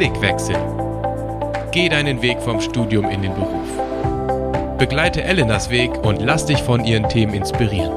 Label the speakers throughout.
Speaker 1: Blickwechsel. Geh deinen Weg vom Studium in den Beruf. Begleite Elenas Weg und lass dich von ihren Themen inspirieren.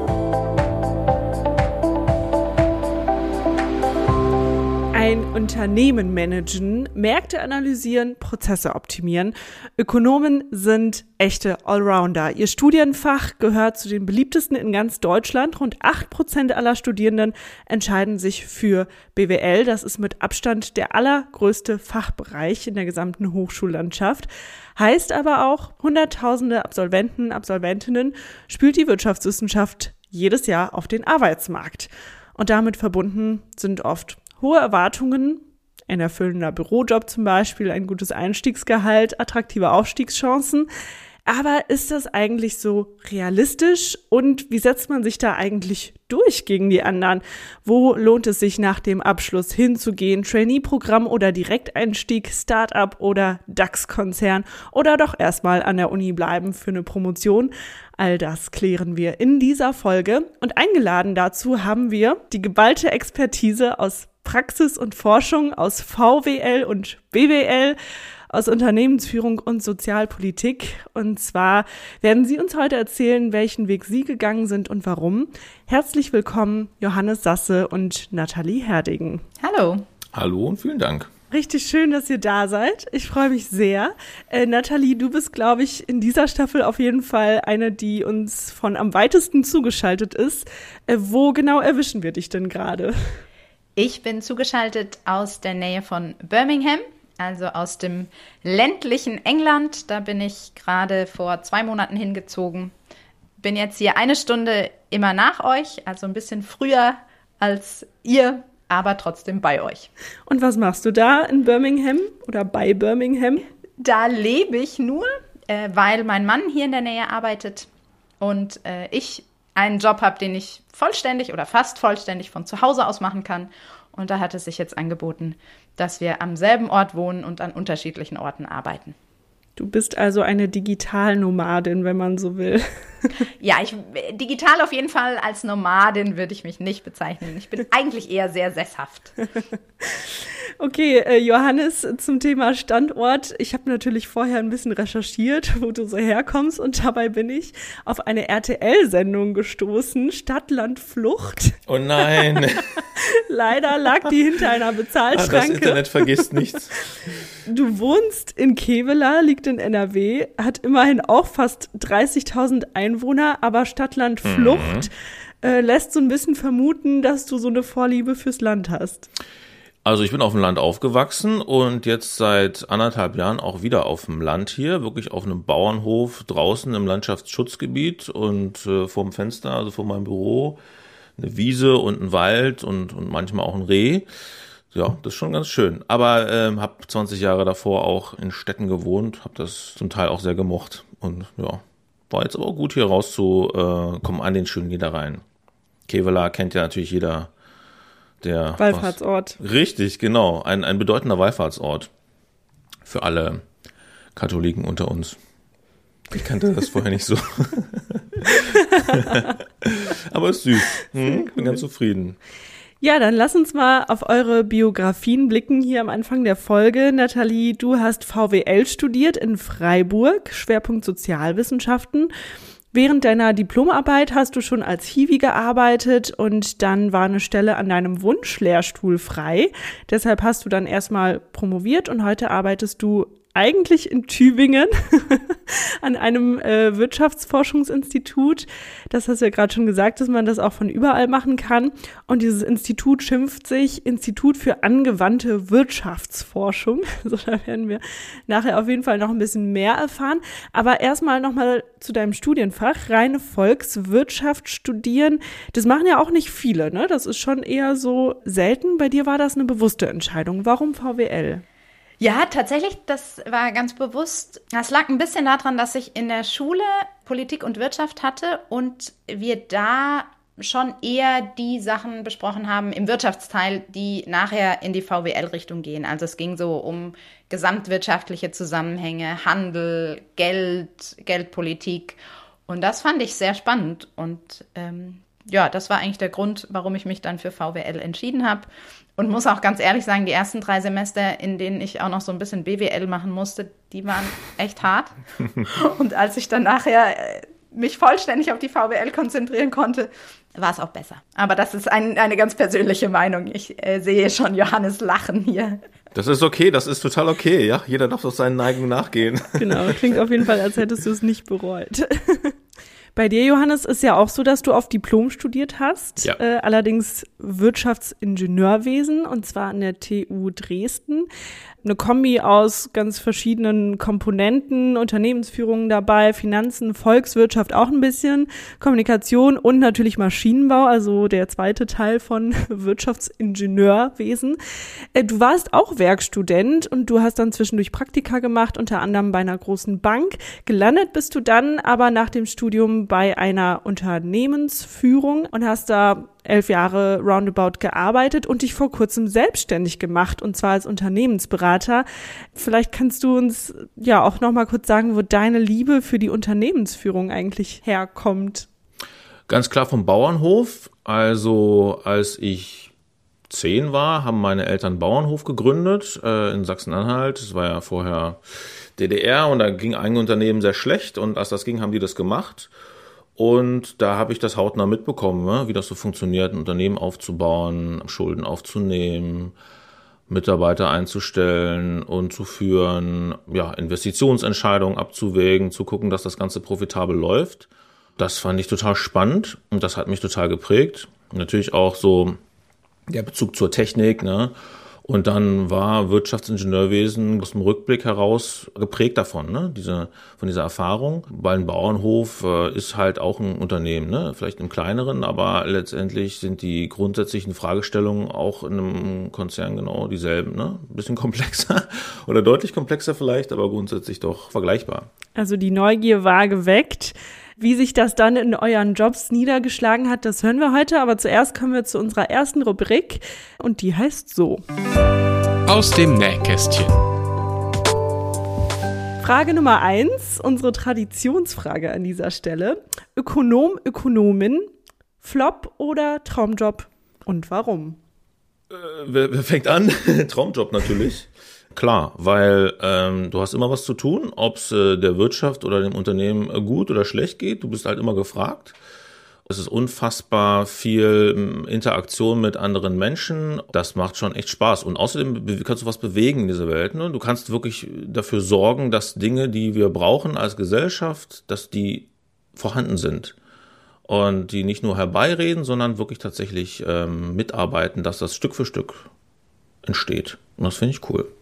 Speaker 2: Ein Unternehmen managen, Märkte analysieren, Prozesse optimieren. Ökonomen sind echte Allrounder. Ihr Studienfach gehört zu den beliebtesten in ganz Deutschland. Rund 8% aller Studierenden entscheiden sich für BWL. Das ist mit Abstand der allergrößte Fachbereich in der gesamten Hochschullandschaft. Heißt aber auch, Hunderttausende Absolventen, Absolventinnen spült die Wirtschaftswissenschaft jedes Jahr auf den Arbeitsmarkt. Und damit verbunden sind oft hohe Erwartungen, ein erfüllender Bürojob zum Beispiel, ein gutes Einstiegsgehalt, attraktive Aufstiegschancen. Aber ist das eigentlich so realistisch und wie setzt man sich da eigentlich durch gegen die anderen? Wo lohnt es sich nach dem Abschluss hinzugehen? Trainee-Programm oder Direkteinstieg, Start-up oder DAX-Konzern oder doch erstmal an der Uni bleiben für eine Promotion? All das klären wir in dieser Folge und eingeladen dazu haben wir die geballte Expertise aus Praxis und Forschung, aus VWL und BWL, aus Unternehmensführung und Sozialpolitik. Und zwar werden Sie uns heute erzählen, welchen Weg Sie gegangen sind und warum. Herzlich willkommen, Johannes Sasse und Nathalie Herdegen.
Speaker 3: Hallo.
Speaker 4: Hallo und vielen Dank.
Speaker 2: Richtig schön, dass ihr da seid. Ich freue mich sehr. Nathalie, du bist, glaube ich, in dieser Staffel auf jeden Fall eine, die uns von am weitesten zugeschaltet ist. Wo genau erwischen wir dich denn gerade?
Speaker 3: Ich bin zugeschaltet aus der Nähe von Birmingham, also aus dem ländlichen England. Da bin ich gerade vor 2 Monaten hingezogen. Bin jetzt hier 1 Stunde immer nach euch, also ein bisschen früher als ihr, aber trotzdem bei euch.
Speaker 2: Und was machst du da in Birmingham oder bei Birmingham?
Speaker 3: Da lebe ich nur, weil mein Mann hier in der Nähe arbeitet und ich einen Job habe, den ich vollständig oder fast vollständig von zu Hause aus machen kann. Und da hat es sich jetzt angeboten, dass wir am selben Ort wohnen und an unterschiedlichen Orten arbeiten.
Speaker 2: Du bist also eine Digitalnomadin, wenn man so will.
Speaker 3: Ja, digital auf jeden Fall, als Nomadin würde ich mich nicht bezeichnen. Ich bin eigentlich eher sehr sesshaft.
Speaker 2: Okay, Johannes, zum Thema Standort. Ich habe natürlich vorher ein bisschen recherchiert, wo du so herkommst und dabei bin ich auf eine RTL-Sendung gestoßen, Stadt, Land, Flucht.
Speaker 4: Oh nein.
Speaker 2: Leider lag die hinter einer Bezahlschranke.
Speaker 4: Das Internet vergisst nichts.
Speaker 2: Du wohnst in Kevela, liegt in NRW, hat immerhin auch fast 30.000 Einwohner, aber Stadt, Land, Flucht lässt so ein bisschen vermuten, dass du so eine Vorliebe fürs Land hast.
Speaker 4: Also ich bin auf dem Land aufgewachsen und jetzt seit 1,5 Jahren auch wieder auf dem Land hier, wirklich auf einem Bauernhof draußen im Landschaftsschutzgebiet und vorm Fenster, also vor meinem Büro, eine Wiese und ein Wald und manchmal auch ein Reh. Ja, das ist schon ganz schön. Aber habe 20 Jahre davor auch in Städten gewohnt, habe das zum Teil auch sehr gemocht und ja, war jetzt aber auch gut hier rauszukommen an den schönen Niederrhein. Kevela kennt ja natürlich jeder. Der
Speaker 2: Wallfahrtsort.
Speaker 4: Richtig, genau. Ein bedeutender Wallfahrtsort für alle Katholiken unter uns. Ich kannte das vorher nicht so. Aber ist süß. Bin ganz zufrieden.
Speaker 2: Ja, dann lass uns mal auf eure Biografien blicken hier am Anfang der Folge. Nathalie, du hast VWL studiert in Freiburg, Schwerpunkt Sozialwissenschaften. Während deiner Diplomarbeit hast du schon als Hiwi gearbeitet und dann war eine Stelle an deinem Wunschlehrstuhl frei. Deshalb hast du dann erstmal promoviert und heute arbeitest du eigentlich in Tübingen an einem Wirtschaftsforschungsinstitut. Das hast du ja gerade schon gesagt, dass man das auch von überall machen kann. Und dieses Institut schimpft sich Institut für angewandte Wirtschaftsforschung. Also da werden wir nachher auf jeden Fall noch ein bisschen mehr erfahren. Aber erstmal nochmal zu deinem Studienfach. Reine Volkswirtschaft studieren, das machen ja auch nicht viele, ne? Das ist schon eher so selten. Bei dir war das eine bewusste Entscheidung. Warum VWL?
Speaker 3: Ja, tatsächlich, das war ganz bewusst. Das lag ein bisschen daran, dass ich in der Schule Politik und Wirtschaft hatte und wir da schon eher die Sachen besprochen haben im Wirtschaftsteil, die nachher in die VWL-Richtung gehen. Also es ging so um gesamtwirtschaftliche Zusammenhänge, Handel, Geld, Geldpolitik und das fand ich sehr spannend und ja, das war eigentlich der Grund, warum ich mich dann für VWL entschieden habe. Und muss auch ganz ehrlich sagen, die ersten 3 Semester, in denen ich auch noch so ein bisschen BWL machen musste, die waren echt hart. Und als ich dann nachher mich vollständig auf die VWL konzentrieren konnte, war es auch besser. Aber das ist eine ganz persönliche Meinung. Ich sehe schon Johannes lachen hier.
Speaker 4: Das ist okay, das ist total okay, ja. Jeder darf doch seinen Neigungen nachgehen.
Speaker 2: Genau, klingt auf jeden Fall, als hättest du es nicht bereut. Bei dir, Johannes, ist ja auch so, dass du auf Diplom studiert hast,
Speaker 4: ja.
Speaker 2: Allerdings Wirtschaftsingenieurwesen, und zwar an der TU Dresden. Eine Kombi aus ganz verschiedenen Komponenten, Unternehmensführung dabei, Finanzen, Volkswirtschaft auch ein bisschen, Kommunikation und natürlich Maschinenbau, also der zweite Teil von Wirtschaftsingenieurwesen. Du warst auch Werkstudent und du hast dann zwischendurch Praktika gemacht, unter anderem bei einer großen Bank. Gelandet bist du dann aber nach dem Studium bei einer Unternehmensführung und hast da 11 Jahre roundabout gearbeitet und dich vor kurzem selbstständig gemacht, und zwar als Unternehmensberater. Vielleicht kannst du uns ja auch noch mal kurz sagen, wo deine Liebe für die Unternehmensführung eigentlich herkommt.
Speaker 4: Ganz klar vom Bauernhof. Also als ich 10 war, haben meine Eltern einen Bauernhof gegründet in Sachsen-Anhalt. Das war ja vorher DDR und da ging ein Unternehmen sehr schlecht und als das ging, haben die das gemacht. Und da habe ich das hautnah mitbekommen, wie das so funktioniert, ein Unternehmen aufzubauen, Schulden aufzunehmen, Mitarbeiter einzustellen und zu führen, ja, Investitionsentscheidungen abzuwägen, zu gucken, dass das Ganze profitabel läuft. Das fand ich total spannend und das hat mich total geprägt. Natürlich auch so der Bezug zur Technik, ne? Und dann war Wirtschaftsingenieurwesen aus dem Rückblick heraus geprägt davon, ne? Von dieser Erfahrung. Weil ein Bauernhof ist halt auch ein Unternehmen, ne? Vielleicht im kleineren, aber letztendlich sind die grundsätzlichen Fragestellungen auch in einem Konzern genau dieselben, ne? Ein bisschen komplexer oder deutlich komplexer vielleicht, aber grundsätzlich doch vergleichbar.
Speaker 2: Also die Neugier war geweckt. Wie sich das dann in euren Jobs niedergeschlagen hat, das hören wir heute. Aber zuerst kommen wir zu unserer ersten Rubrik und die heißt so.
Speaker 1: Aus dem Nähkästchen.
Speaker 2: Frage Nummer 1, unsere Traditionsfrage an dieser Stelle. Ökonom, Ökonomin, Flop oder Traumjob und warum?
Speaker 4: Wer fängt an? Traumjob natürlich. Klar, weil du hast immer was zu tun, ob es der Wirtschaft oder dem Unternehmen gut oder schlecht geht. Du bist halt immer gefragt. Es ist unfassbar viel Interaktion mit anderen Menschen. Das macht schon echt Spaß. Und außerdem kannst du was bewegen in dieser Welt. Ne? Du kannst wirklich dafür sorgen, dass Dinge, die wir brauchen als Gesellschaft, dass die vorhanden sind. Und die nicht nur herbeireden, sondern wirklich tatsächlich mitarbeiten, dass das Stück für Stück entsteht. Und das finde ich cool.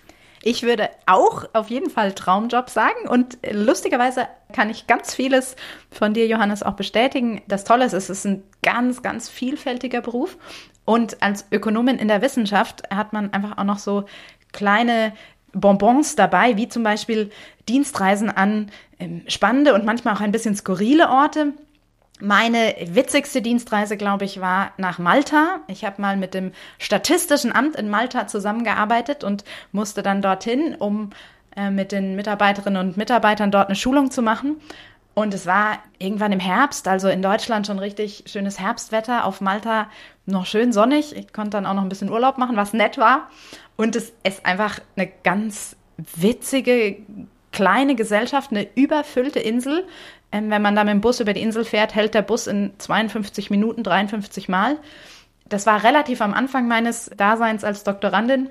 Speaker 3: Ich würde auch auf jeden Fall Traumjob sagen und lustigerweise kann ich ganz vieles von dir, Johannes, auch bestätigen. Das Tolle ist, es ist ein ganz, ganz vielfältiger Beruf und als Ökonomin in der Wissenschaft hat man einfach auch noch so kleine Bonbons dabei, wie zum Beispiel Dienstreisen an spannende und manchmal auch ein bisschen skurrile Orte. Meine witzigste Dienstreise, glaube ich, war nach Malta. Ich habe mal mit dem Statistischen Amt in Malta zusammengearbeitet und musste dann dorthin, um mit den Mitarbeiterinnen und Mitarbeitern dort eine Schulung zu machen. Und es war irgendwann im Herbst, also in Deutschland schon richtig schönes Herbstwetter, auf Malta noch schön sonnig. Ich konnte dann auch noch ein bisschen Urlaub machen, was nett war. Und es ist einfach eine ganz witzige, kleine Gesellschaft, eine überfüllte Insel. Wenn man da mit dem Bus über die Insel fährt, hält der Bus in 52 Minuten 53 Mal. Das war relativ am Anfang meines Daseins als Doktorandin.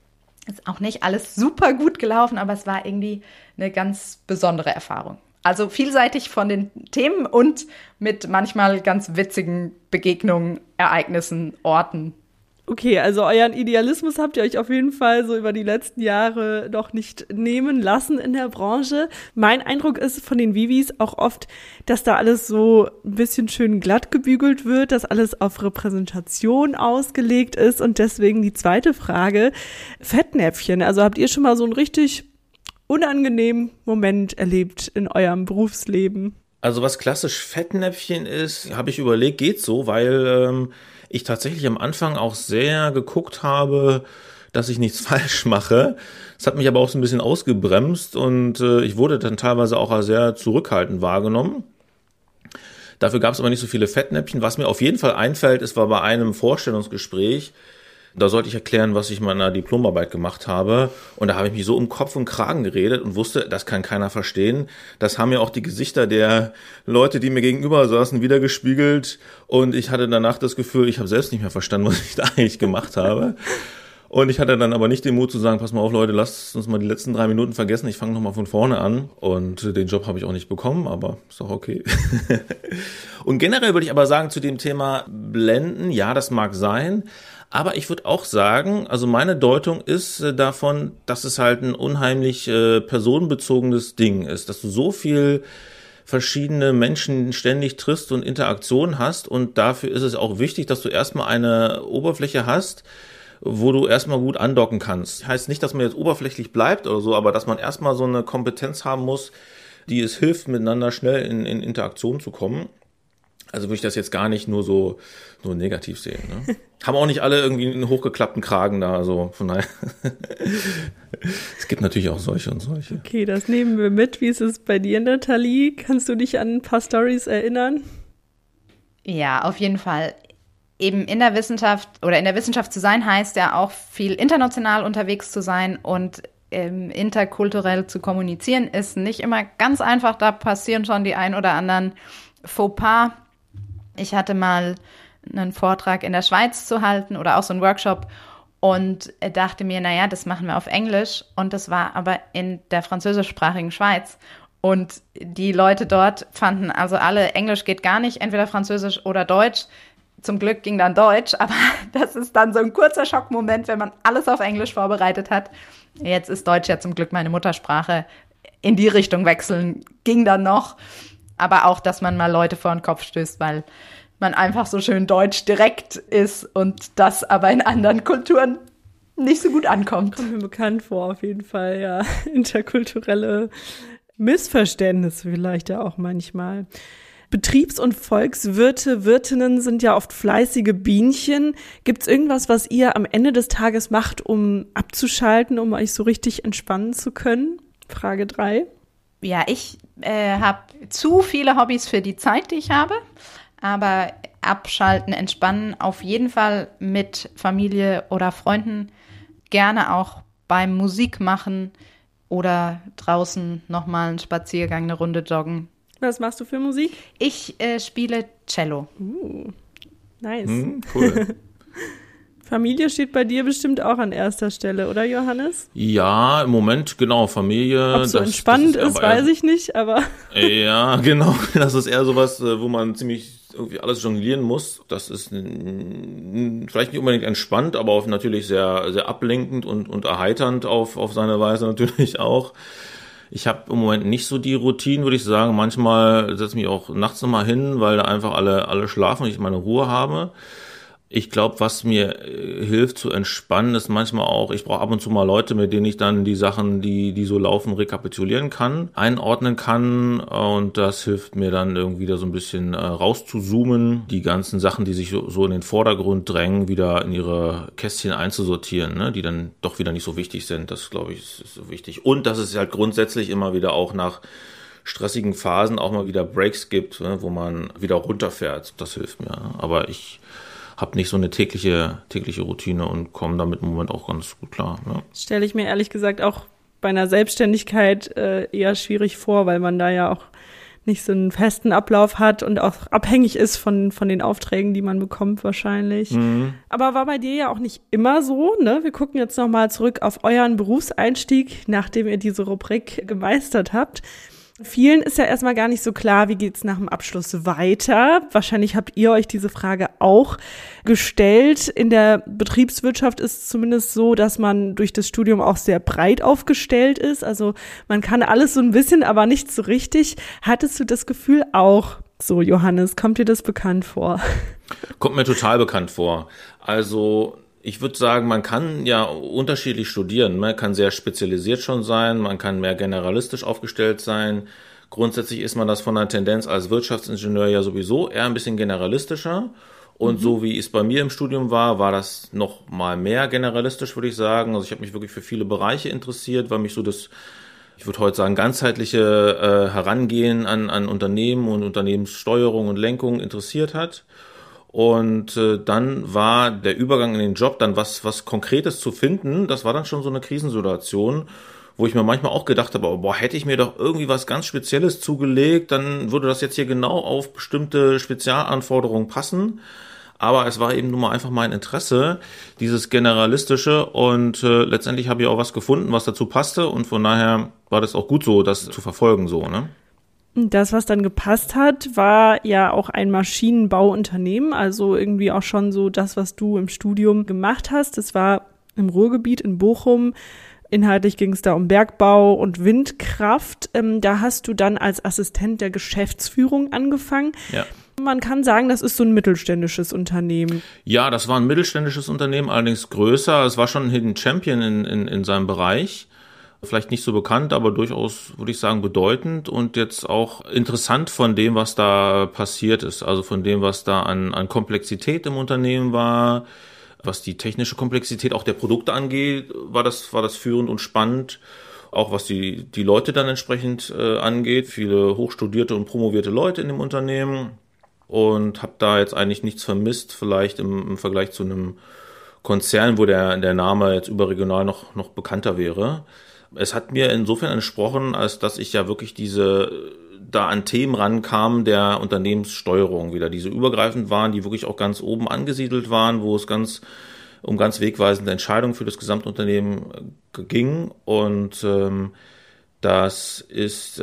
Speaker 3: Ist auch nicht alles super gut gelaufen, aber es war irgendwie eine ganz besondere Erfahrung. Also vielseitig von den Themen und mit manchmal ganz witzigen Begegnungen, Ereignissen, Orten.
Speaker 2: Okay, also euren Idealismus habt ihr euch auf jeden Fall so über die letzten Jahre doch nicht nehmen lassen in der Branche. Mein Eindruck ist von den Vivis auch oft, dass da alles so ein bisschen schön glatt gebügelt wird, dass alles auf Repräsentation ausgelegt ist und deswegen die zweite Frage, Fettnäpfchen. Also habt ihr schon mal so einen richtig unangenehmen Moment erlebt in eurem Berufsleben?
Speaker 4: Also was klassisch Fettnäpfchen ist, habe ich überlegt, geht so, weil ich tatsächlich am Anfang auch sehr geguckt habe, dass ich nichts falsch mache. Das hat mich aber auch so ein bisschen ausgebremst und ich wurde dann teilweise auch als sehr zurückhaltend wahrgenommen. Dafür gab es aber nicht so viele Fettnäpfchen. Was mir auf jeden Fall einfällt, es war bei einem Vorstellungsgespräch, da sollte ich erklären, was ich in meiner Diplomarbeit gemacht habe. Und da habe ich mich so um Kopf und Kragen geredet und wusste, das kann keiner verstehen. Das haben ja auch die Gesichter der Leute, die mir gegenüber saßen, wiedergespiegelt. Und ich hatte danach das Gefühl, ich habe selbst nicht mehr verstanden, was ich da eigentlich gemacht habe. Und ich hatte dann aber nicht den Mut zu sagen, pass mal auf Leute, lasst uns mal die letzten 3 Minuten vergessen, ich fange nochmal von vorne an. Und den Job habe ich auch nicht bekommen, aber ist doch okay. Und generell würde ich aber sagen, zu dem Thema Blenden, ja, das mag sein. Aber ich würde auch sagen, also meine Deutung ist davon, dass es halt ein unheimlich personenbezogenes Ding ist, dass du so viel verschiedene Menschen ständig triffst und Interaktionen hast und dafür ist es auch wichtig, dass du erstmal eine Oberfläche hast, wo du erstmal gut andocken kannst. Heißt nicht, dass man jetzt oberflächlich bleibt oder so, aber dass man erstmal so eine Kompetenz haben muss, die es hilft, miteinander schnell in Interaktion zu kommen. Also würde ich das jetzt gar nicht nur so negativ sehen. Ne? Haben auch nicht alle irgendwie einen hochgeklappten Kragen da, also von daher. Es gibt natürlich auch solche und solche.
Speaker 2: Okay, das nehmen wir mit. Wie ist es bei dir, Nathalie? Kannst du dich an ein paar Storys erinnern?
Speaker 3: Ja, auf jeden Fall. Eben in der Wissenschaft oder in der Wissenschaft zu sein, heißt ja auch viel international unterwegs zu sein und interkulturell zu kommunizieren, ist nicht immer ganz einfach. Da passieren schon die ein oder anderen Fauxpas. Ich hatte mal einen Vortrag in der Schweiz zu halten oder auch so einen Workshop und dachte mir, naja, das machen wir auf Englisch. Und das war aber in der französischsprachigen Schweiz. Und die Leute dort fanden also alle, Englisch geht gar nicht, entweder Französisch oder Deutsch. Zum Glück ging dann Deutsch, aber das ist dann so ein kurzer Schockmoment, wenn man alles auf Englisch vorbereitet hat. Jetzt ist Deutsch ja zum Glück meine Muttersprache. In die Richtung wechseln ging dann noch. Aber auch, dass man mal Leute vor den Kopf stößt, weil man einfach so schön deutsch direkt ist und das aber in anderen Kulturen nicht so gut ankommt.
Speaker 2: Kommt mir bekannt vor, auf jeden Fall, ja. Interkulturelle Missverständnisse vielleicht ja auch manchmal. Betriebs- und Volkswirte, Wirtinnen sind ja oft fleißige Bienchen. Gibt's irgendwas, was ihr am Ende des Tages macht, um abzuschalten, um euch so richtig entspannen zu können? Frage 3.
Speaker 3: Ja, ich habe zu viele Hobbys für die Zeit, die ich habe. Aber abschalten, entspannen auf jeden Fall mit Familie oder Freunden. Gerne auch beim Musik machen oder draußen nochmal einen Spaziergang, eine Runde joggen.
Speaker 2: Was machst du für Musik?
Speaker 3: Ich spiele Cello.
Speaker 2: Nice.
Speaker 4: Cool.
Speaker 2: Familie steht bei dir bestimmt auch an erster Stelle, oder Johannes?
Speaker 4: Ja, im Moment, genau, Familie.
Speaker 2: Ob so entspannt ist, weiß ich nicht, aber...
Speaker 4: Ja, genau, das ist eher sowas, wo man ziemlich irgendwie alles jonglieren muss. Das ist vielleicht nicht unbedingt entspannt, aber auch natürlich sehr, sehr ablenkend und erheiternd auf seine Weise natürlich auch. Ich habe im Moment nicht so die Routine, würde ich sagen. Manchmal setze ich mich auch nachts nochmal hin, weil da einfach alle schlafen und ich meine Ruhe habe. Ich glaube, was mir hilft zu entspannen, ist manchmal auch, ich brauche ab und zu mal Leute, mit denen ich dann die Sachen, die so laufen, rekapitulieren kann, einordnen kann und das hilft mir dann irgendwie da so ein bisschen rauszuzoomen, die ganzen Sachen, die sich so in den Vordergrund drängen, wieder in ihre Kästchen einzusortieren, ne, die dann doch wieder nicht so wichtig sind. Das, glaube ich, ist so wichtig. Und dass es halt grundsätzlich immer wieder auch nach stressigen Phasen auch mal wieder Breaks gibt, ne, wo man wieder runterfährt. Das hilft mir. Aber ich habe nicht so eine tägliche Routine und komme damit im Moment auch ganz gut klar. Ja.
Speaker 2: Stelle ich mir ehrlich gesagt auch bei einer Selbstständigkeit eher schwierig vor, weil man da ja auch nicht so einen festen Ablauf hat und auch abhängig ist von den Aufträgen, die man bekommt wahrscheinlich. Mhm. Aber war bei dir ja auch nicht immer so, ne? Wir gucken jetzt nochmal zurück auf euren Berufseinstieg, nachdem ihr diese Rubrik gemeistert habt. Vielen ist ja erstmal gar nicht so klar, wie geht's nach dem Abschluss weiter. Wahrscheinlich habt ihr euch diese Frage auch gestellt. In der Betriebswirtschaft ist es zumindest so, dass man durch das Studium auch sehr breit aufgestellt ist. Also man kann alles so ein bisschen, aber nicht so richtig. Hattest du das Gefühl auch so, Johannes? Kommt dir das bekannt vor?
Speaker 4: Kommt mir total bekannt vor. Also ich würde sagen, man kann ja unterschiedlich studieren. Man kann sehr spezialisiert schon sein, man kann mehr generalistisch aufgestellt sein. Grundsätzlich ist man das von der Tendenz als Wirtschaftsingenieur ja sowieso eher ein bisschen generalistischer. Und so wie es bei mir im Studium war das noch mal mehr generalistisch, würde ich sagen. Also ich habe mich wirklich für viele Bereiche interessiert, weil mich so das ich würde heute sagen, ganzheitliche Herangehen an Unternehmen und Unternehmenssteuerung und Lenkung interessiert hat. Und dann war der Übergang in den Job, dann was Konkretes zu finden, das war dann schon so eine Krisensituation, wo ich mir manchmal auch gedacht habe, boah, hätte ich mir doch irgendwie was ganz Spezielles zugelegt, dann würde das jetzt hier genau auf bestimmte Spezialanforderungen passen. Aber es war eben nun mal einfach mein Interesse, dieses Generalistische, und letztendlich habe ich auch was gefunden, was dazu passte, und von daher war das auch gut so, das zu verfolgen so, ne?
Speaker 2: Das, was dann gepasst hat, war ja auch ein Maschinenbauunternehmen, also irgendwie auch schon so das, was du im Studium gemacht hast. Das war im Ruhrgebiet in Bochum. Inhaltlich ging es da um Bergbau und Windkraft. Da hast du dann als Assistent der Geschäftsführung angefangen.
Speaker 4: Ja.
Speaker 2: Man kann sagen, das ist so ein mittelständisches Unternehmen.
Speaker 4: Ja, das war ein mittelständisches Unternehmen, allerdings größer. Es war schon ein Hidden Champion in seinem Bereich. Vielleicht nicht so bekannt, aber durchaus, würde ich sagen, bedeutend und jetzt auch interessant von dem, was da passiert ist. Also von dem, was da an Komplexität im Unternehmen war, was die technische Komplexität auch der Produkte angeht, war das führend und spannend. Auch was die Leute dann entsprechend angeht. Viele hochstudierte und promovierte Leute in dem Unternehmen. Und habe da jetzt eigentlich nichts vermisst, vielleicht im Vergleich zu einem Konzern, wo der Name jetzt überregional noch bekannter wäre. Es hat mir insofern entsprochen, als dass ich ja wirklich da an Themen rankam der Unternehmenssteuerung wieder, die so übergreifend waren, die wirklich auch ganz oben angesiedelt waren, wo es um ganz wegweisende Entscheidungen für das Gesamtunternehmen ging. Und das ist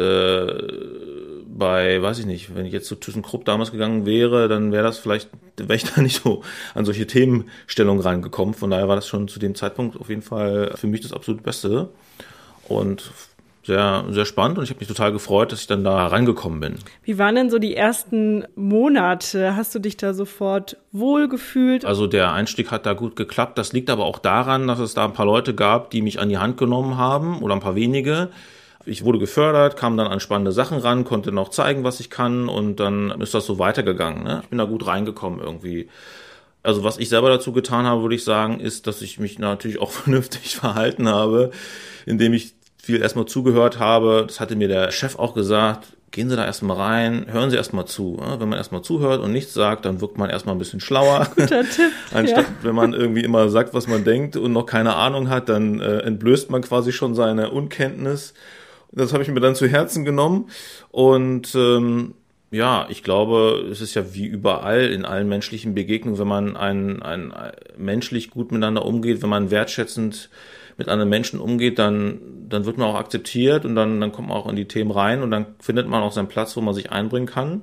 Speaker 4: weiß ich nicht, wenn ich jetzt zu ThyssenKrupp damals gegangen wäre, dann wäre ich da nicht so an solche Themenstellungen rangekommen. Von daher war das schon zu dem Zeitpunkt auf jeden Fall für mich das absolut Beste und sehr, sehr spannend, und ich habe mich total gefreut, dass ich dann da rangekommen bin.
Speaker 2: Wie waren denn so die ersten Monate? Hast du dich da sofort wohlgefühlt?
Speaker 4: Also der Einstieg hat da gut geklappt. Das liegt aber auch daran, dass es da ein paar Leute gab, die mich an die Hand genommen haben, oder ein paar wenige. Ich wurde gefördert, kam dann an spannende Sachen ran, konnte noch zeigen, was ich kann, und dann ist das so weitergegangen, ne? Ich bin da gut reingekommen irgendwie. Also was ich selber dazu getan habe, würde ich sagen, ist, dass ich mich natürlich auch vernünftig verhalten habe, indem ich viel erstmal zugehört habe. Das hatte mir der Chef auch gesagt. Gehen Sie da erstmal rein, hören Sie erstmal zu. Wenn man erstmal zuhört und nichts sagt, dann wirkt man erstmal ein bisschen schlauer.
Speaker 2: Guter Tipp.
Speaker 4: Anstatt, wenn man irgendwie immer sagt, was man denkt und noch keine Ahnung hat, dann entblößt man quasi schon seine Unkenntnis. Das habe ich mir dann zu Herzen genommen. Und ja, ich glaube, es ist ja wie überall in allen menschlichen Begegnungen, wenn man menschlich gut miteinander umgeht, wenn man wertschätzend mit anderen Menschen umgeht, dann wird man auch akzeptiert, und dann kommt man auch in die Themen rein, und dann findet man auch seinen Platz, wo man sich einbringen kann.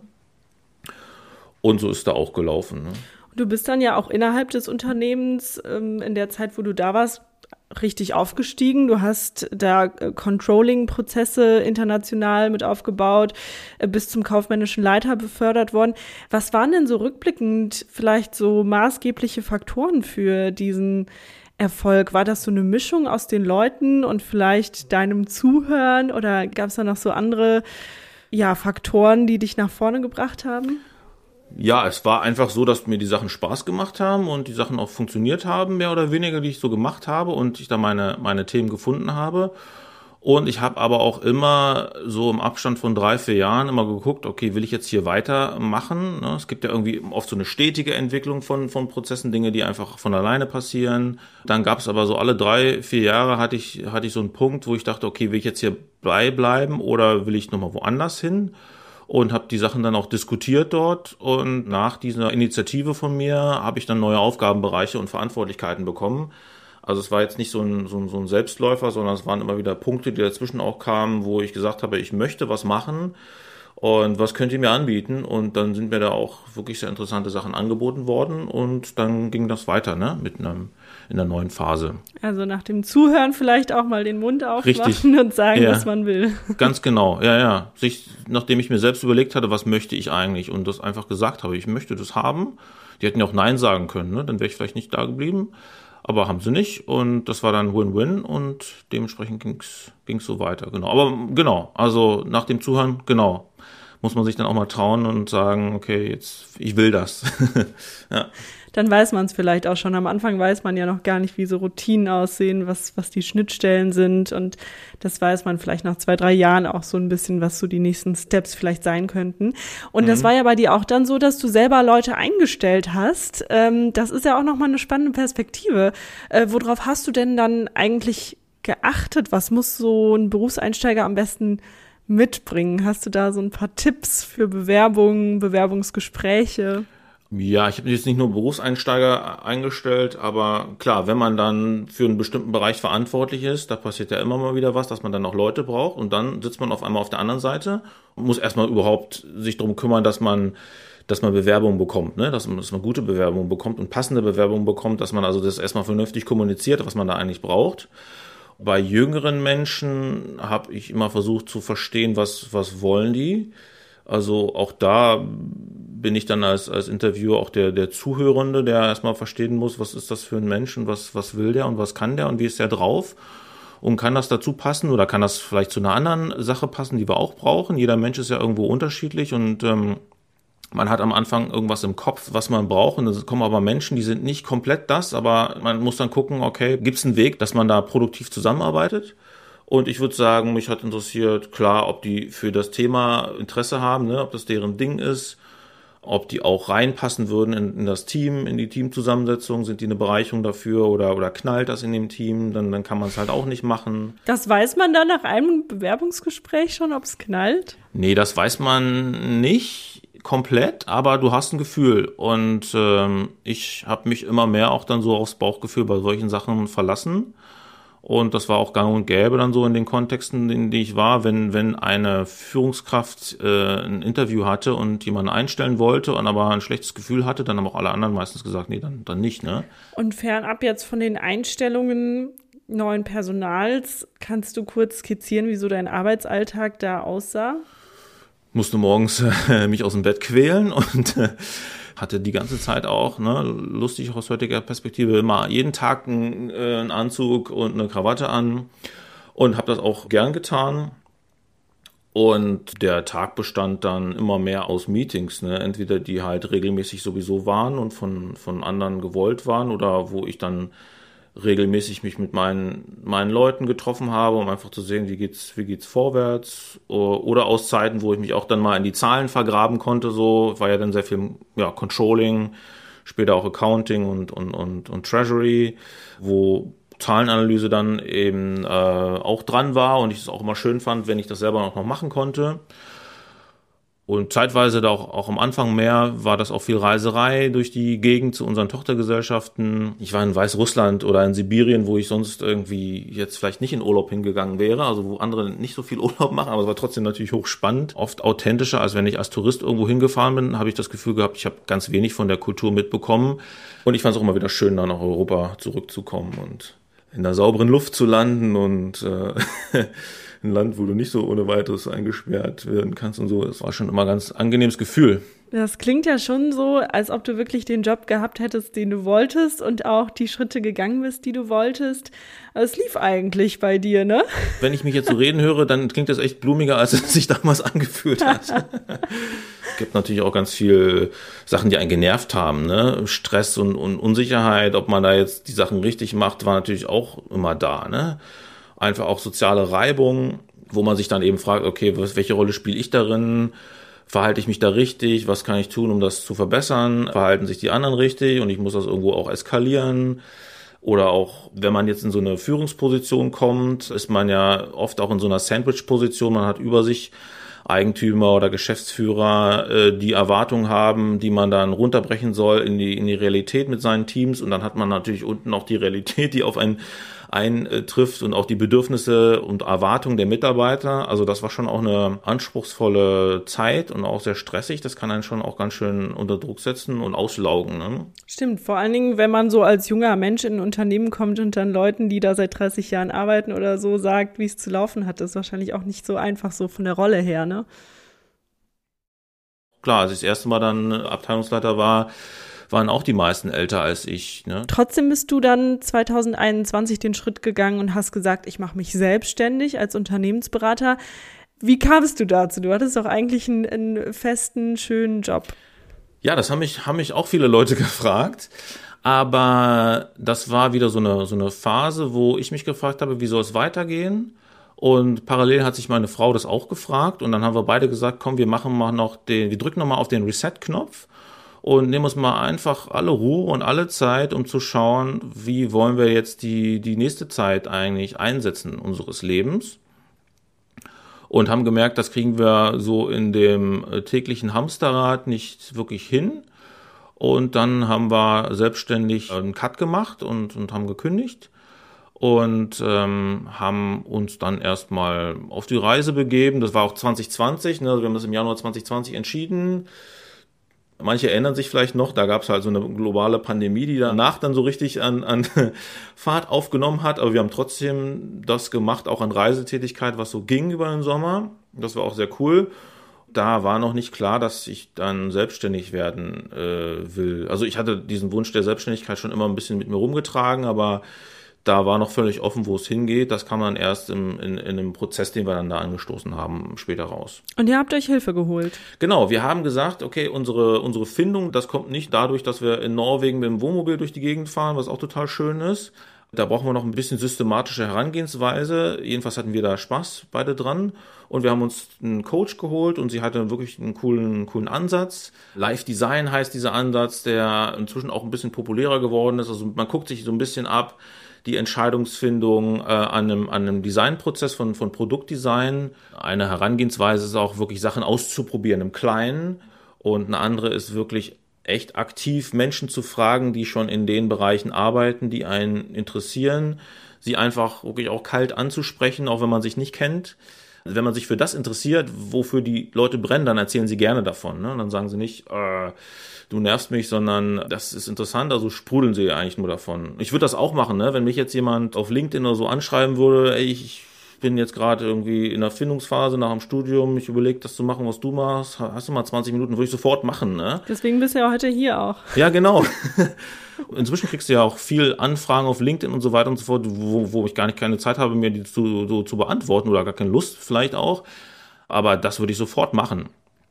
Speaker 4: Und so ist da auch gelaufen, ne?
Speaker 2: Du bist dann ja auch innerhalb des Unternehmens in der Zeit, wo du da warst, richtig aufgestiegen. Du hast da Controlling-Prozesse international mit aufgebaut, bis zum kaufmännischen Leiter befördert worden. Was waren denn so rückblickend vielleicht so maßgebliche Faktoren für diesen Erfolg? War das so eine Mischung aus den Leuten und vielleicht deinem Zuhören, oder gab es da noch so andere Faktoren, die dich nach vorne gebracht haben?
Speaker 4: Ja, es war einfach so, dass mir die Sachen Spaß gemacht haben und die Sachen auch funktioniert haben, mehr oder weniger, die ich so gemacht habe, und ich da meine Themen gefunden habe. Und ich habe aber auch immer so im Abstand von 3-4 Jahren immer geguckt, okay, will ich jetzt hier weitermachen? Es gibt ja irgendwie oft so eine stetige Entwicklung von Prozessen, Dinge, die einfach von alleine passieren. Dann gab es aber so alle 3-4 Jahre hatte ich so einen Punkt, wo ich dachte, okay, will ich jetzt hier bleiben oder will ich nochmal woanders hin? Und habe die Sachen dann auch diskutiert dort, und nach dieser Initiative von mir habe ich dann neue Aufgabenbereiche und Verantwortlichkeiten bekommen. Also es war jetzt nicht so ein Selbstläufer, sondern es waren immer wieder Punkte, die dazwischen auch kamen, wo ich gesagt habe, ich möchte was machen und was könnt ihr mir anbieten? Und dann sind mir da auch wirklich sehr interessante Sachen angeboten worden, und dann ging das weiter, ne, in der neuen Phase.
Speaker 2: Also nach dem Zuhören vielleicht auch mal den Mund aufmachen. Richtig. Und sagen, was man will.
Speaker 4: Ganz genau, ja. Nachdem ich mir selbst überlegt hatte, was möchte ich eigentlich, und das einfach gesagt habe, ich möchte das haben. Die hätten ja auch Nein sagen können, ne? Dann wäre ich vielleicht nicht da geblieben. Aber haben sie nicht, und das war dann Win-Win, und dementsprechend ging's so weiter, genau. Aber genau, also nach dem Zuhören, muss man sich dann auch mal trauen und sagen, okay, jetzt, ich will das. Ja.
Speaker 2: dann weiß man es vielleicht auch schon. Am Anfang weiß man ja noch gar nicht, wie so Routinen aussehen, was die Schnittstellen sind. Und das weiß man vielleicht nach 2-3 Jahren auch so ein bisschen, was so die nächsten Steps vielleicht sein könnten. Und das war ja bei dir auch dann so, dass du selber Leute eingestellt hast. Das ist ja auch nochmal eine spannende Perspektive. Worauf hast du denn dann eigentlich geachtet? Was muss so ein Berufseinsteiger am besten mitbringen? Hast du da so ein paar Tipps für Bewerbungen, Bewerbungsgespräche?
Speaker 4: Ja, ich habe jetzt nicht nur Berufseinsteiger eingestellt, aber klar, wenn man dann für einen bestimmten Bereich verantwortlich ist, da passiert ja immer mal wieder was, dass man dann auch Leute braucht und dann sitzt man auf einmal auf der anderen Seite und muss erstmal überhaupt sich darum kümmern, dass man Bewerbungen bekommt, ne? Dass man gute Bewerbungen bekommt und passende Bewerbungen bekommt, dass man also das erstmal vernünftig kommuniziert, was man da eigentlich braucht. Bei jüngeren Menschen habe ich immer versucht zu verstehen, was wollen die. Also auch da bin ich dann als Interviewer auch der Zuhörende, der erstmal verstehen muss, was ist das für ein Mensch und was will der und was kann der und wie ist der drauf. Und kann das dazu passen oder kann das vielleicht zu einer anderen Sache passen, die wir auch brauchen. Jeder Mensch ist ja irgendwo unterschiedlich und man hat am Anfang irgendwas im Kopf, was man braucht. Und es kommen aber Menschen, die sind nicht komplett das, aber man muss dann gucken, okay, gibt es einen Weg, dass man da produktiv zusammenarbeitet? Und ich würde sagen, mich hat interessiert, klar, ob die für das Thema Interesse haben, ne, ob das deren Ding ist, ob die auch reinpassen würden in das Team, in die Teamzusammensetzung, sind die eine Bereicherung dafür oder knallt das in dem Team, dann kann man es halt auch nicht machen.
Speaker 2: Das weiß man dann nach einem Bewerbungsgespräch schon, ob es knallt?
Speaker 4: Nee, das weiß man nicht komplett, aber du hast ein Gefühl und ich habe mich immer mehr auch dann so aufs Bauchgefühl bei solchen Sachen verlassen. Und das war auch gang und gäbe dann so in den Kontexten, in denen ich war, wenn eine Führungskraft ein Interview hatte und jemanden einstellen wollte und aber ein schlechtes Gefühl hatte, dann haben auch alle anderen meistens gesagt, nee, dann nicht, ne?
Speaker 2: Und fernab jetzt von den Einstellungen neuen Personals, kannst du kurz skizzieren, wie so dein Arbeitsalltag da aussah?
Speaker 4: Musste morgens mich aus dem Bett quälen und hatte die ganze Zeit auch, ne, lustig aus heutiger Perspektive, immer jeden Tag einen Anzug und eine Krawatte an und habe das auch gern getan. Und der Tag bestand dann immer mehr aus Meetings, ne, entweder die halt regelmäßig sowieso waren und von anderen gewollt waren oder wo ich dann regelmäßig mich mit meinen Leuten getroffen habe, um einfach zu sehen, wie geht's vorwärts, oder aus Zeiten, wo ich mich auch dann mal in die Zahlen vergraben konnte, so war ja dann sehr viel Controlling, später auch Accounting und Treasury, wo Zahlenanalyse dann eben auch dran war und ich es auch immer schön fand, wenn ich das selber noch machen konnte. Und zeitweise da auch am Anfang mehr war das auch viel Reiserei durch die Gegend zu unseren Tochtergesellschaften. Ich war in Weißrussland oder in Sibirien, wo ich sonst irgendwie jetzt vielleicht nicht in Urlaub hingegangen wäre, also wo andere nicht so viel Urlaub machen, aber es war trotzdem natürlich hochspannend. Oft authentischer, als wenn ich als Tourist irgendwo hingefahren bin, habe ich das Gefühl gehabt, ich habe ganz wenig von der Kultur mitbekommen. Und ich fand es auch immer wieder schön, dann nach Europa zurückzukommen und in der sauberen Luft zu landen und ein Land, wo du nicht so ohne weiteres eingesperrt werden kannst und so. Das war schon immer ein ganz angenehmes Gefühl.
Speaker 2: Das klingt ja schon so, als ob du wirklich den Job gehabt hättest, den du wolltest und auch die Schritte gegangen bist, die du wolltest. Also es lief eigentlich bei dir, ne?
Speaker 4: Wenn ich mich jetzt so reden höre, dann klingt das echt blumiger, als es sich damals angefühlt hat. Es gibt natürlich auch ganz viele Sachen, die einen genervt haben, ne? Stress und Unsicherheit, ob man da jetzt die Sachen richtig macht, war natürlich auch immer da, ne? Einfach auch soziale Reibung, wo man sich dann eben fragt, okay, welche Rolle spiele ich darin? Verhalte ich mich da richtig? Was kann ich tun, um das zu verbessern? Verhalten sich die anderen richtig? Und ich muss das irgendwo auch eskalieren. Oder auch, wenn man jetzt in so eine Führungsposition kommt, ist man ja oft auch in so einer Sandwich-Position. Man hat über sich Eigentümer oder Geschäftsführer, die Erwartungen haben, die man dann runterbrechen soll in die Realität mit seinen Teams. Und dann hat man natürlich unten auch die Realität, die auf einen eintrifft und auch die Bedürfnisse und Erwartungen der Mitarbeiter. Also das war schon auch eine anspruchsvolle Zeit und auch sehr stressig. Das kann einen schon auch ganz schön unter Druck setzen und auslaugen, ne?
Speaker 2: Stimmt, vor allen Dingen, wenn man so als junger Mensch in ein Unternehmen kommt und dann Leuten, die da seit 30 Jahren arbeiten oder so, sagt, wie es zu laufen hat, ist wahrscheinlich auch nicht so einfach so von der Rolle her, ne?
Speaker 4: Klar, als ich das erste Mal dann Abteilungsleiter war, waren auch die meisten älter als ich, ne?
Speaker 2: Trotzdem bist du dann 2021 den Schritt gegangen und hast gesagt, ich mache mich selbstständig als Unternehmensberater. Wie kamst du dazu? Du hattest doch eigentlich einen festen, schönen Job.
Speaker 4: Ja, das haben mich auch viele Leute gefragt. Aber das war wieder so eine Phase, wo ich mich gefragt habe, wie soll es weitergehen? Und parallel hat sich meine Frau das auch gefragt. Und dann haben wir beide gesagt, komm, wir drücken nochmal auf den Reset-Knopf und nehmen uns mal einfach alle Ruhe und alle Zeit, um zu schauen, wie wollen wir jetzt die nächste Zeit eigentlich einsetzen unseres Lebens. Und haben gemerkt, das kriegen wir so in dem täglichen Hamsterrad nicht wirklich hin. Und dann haben wir selbstständig einen Cut gemacht und haben gekündigt und haben uns dann erstmal auf die Reise begeben. Das war auch 2020, ne? Wir haben das im Januar 2020 entschieden. Manche erinnern sich vielleicht noch, da gab es halt so eine globale Pandemie, die danach dann so richtig an Fahrt aufgenommen hat. Aber wir haben trotzdem das gemacht, auch an Reisetätigkeit, was so ging über den Sommer. Das war auch sehr cool. Da war noch nicht klar, dass ich dann selbstständig werden will. Also ich hatte diesen Wunsch der Selbstständigkeit schon immer ein bisschen mit mir rumgetragen, aber da war noch völlig offen, wo es hingeht. Das kam dann erst in einem Prozess, den wir dann da angestoßen haben, später raus.
Speaker 2: Und ihr habt euch Hilfe geholt?
Speaker 4: Genau, wir haben gesagt, okay, unsere Findung, das kommt nicht dadurch, dass wir in Norwegen mit dem Wohnmobil durch die Gegend fahren, was auch total schön ist. Da brauchen wir noch ein bisschen systematische Herangehensweise. Jedenfalls hatten wir da Spaß beide dran. Und wir haben uns einen Coach geholt und sie hatte wirklich einen coolen Ansatz. Live Design heißt dieser Ansatz, der inzwischen auch ein bisschen populärer geworden ist. Also man guckt sich so ein bisschen ab, die Entscheidungsfindung an einem Designprozess von Produktdesign. Eine Herangehensweise ist auch wirklich Sachen auszuprobieren im Kleinen. Und eine andere ist wirklich echt aktiv Menschen zu fragen, die schon in den Bereichen arbeiten, die einen interessieren, sie einfach wirklich auch kalt anzusprechen, auch wenn man sich nicht kennt. Wenn man sich für das interessiert, wofür die Leute brennen, dann erzählen sie gerne davon. Ne? Und dann sagen sie nicht, du nervst mich, sondern das ist interessant, also sprudeln sie eigentlich nur davon. Ich würde das auch machen, ne? Wenn mich jetzt jemand auf LinkedIn oder so anschreiben würde, ey, ich bin jetzt gerade irgendwie in der Findungsphase nach dem Studium, ich überlege, das zu machen, was du machst, hast du mal 20 Minuten, würde ich sofort machen, ne?
Speaker 2: Deswegen bist du ja heute hier auch.
Speaker 4: Ja, genau. Inzwischen kriegst du ja auch viel Anfragen auf LinkedIn und so weiter und so fort, wo ich gar nicht keine Zeit habe, mir die zu beantworten oder gar keine Lust vielleicht auch. Aber das würde ich sofort machen.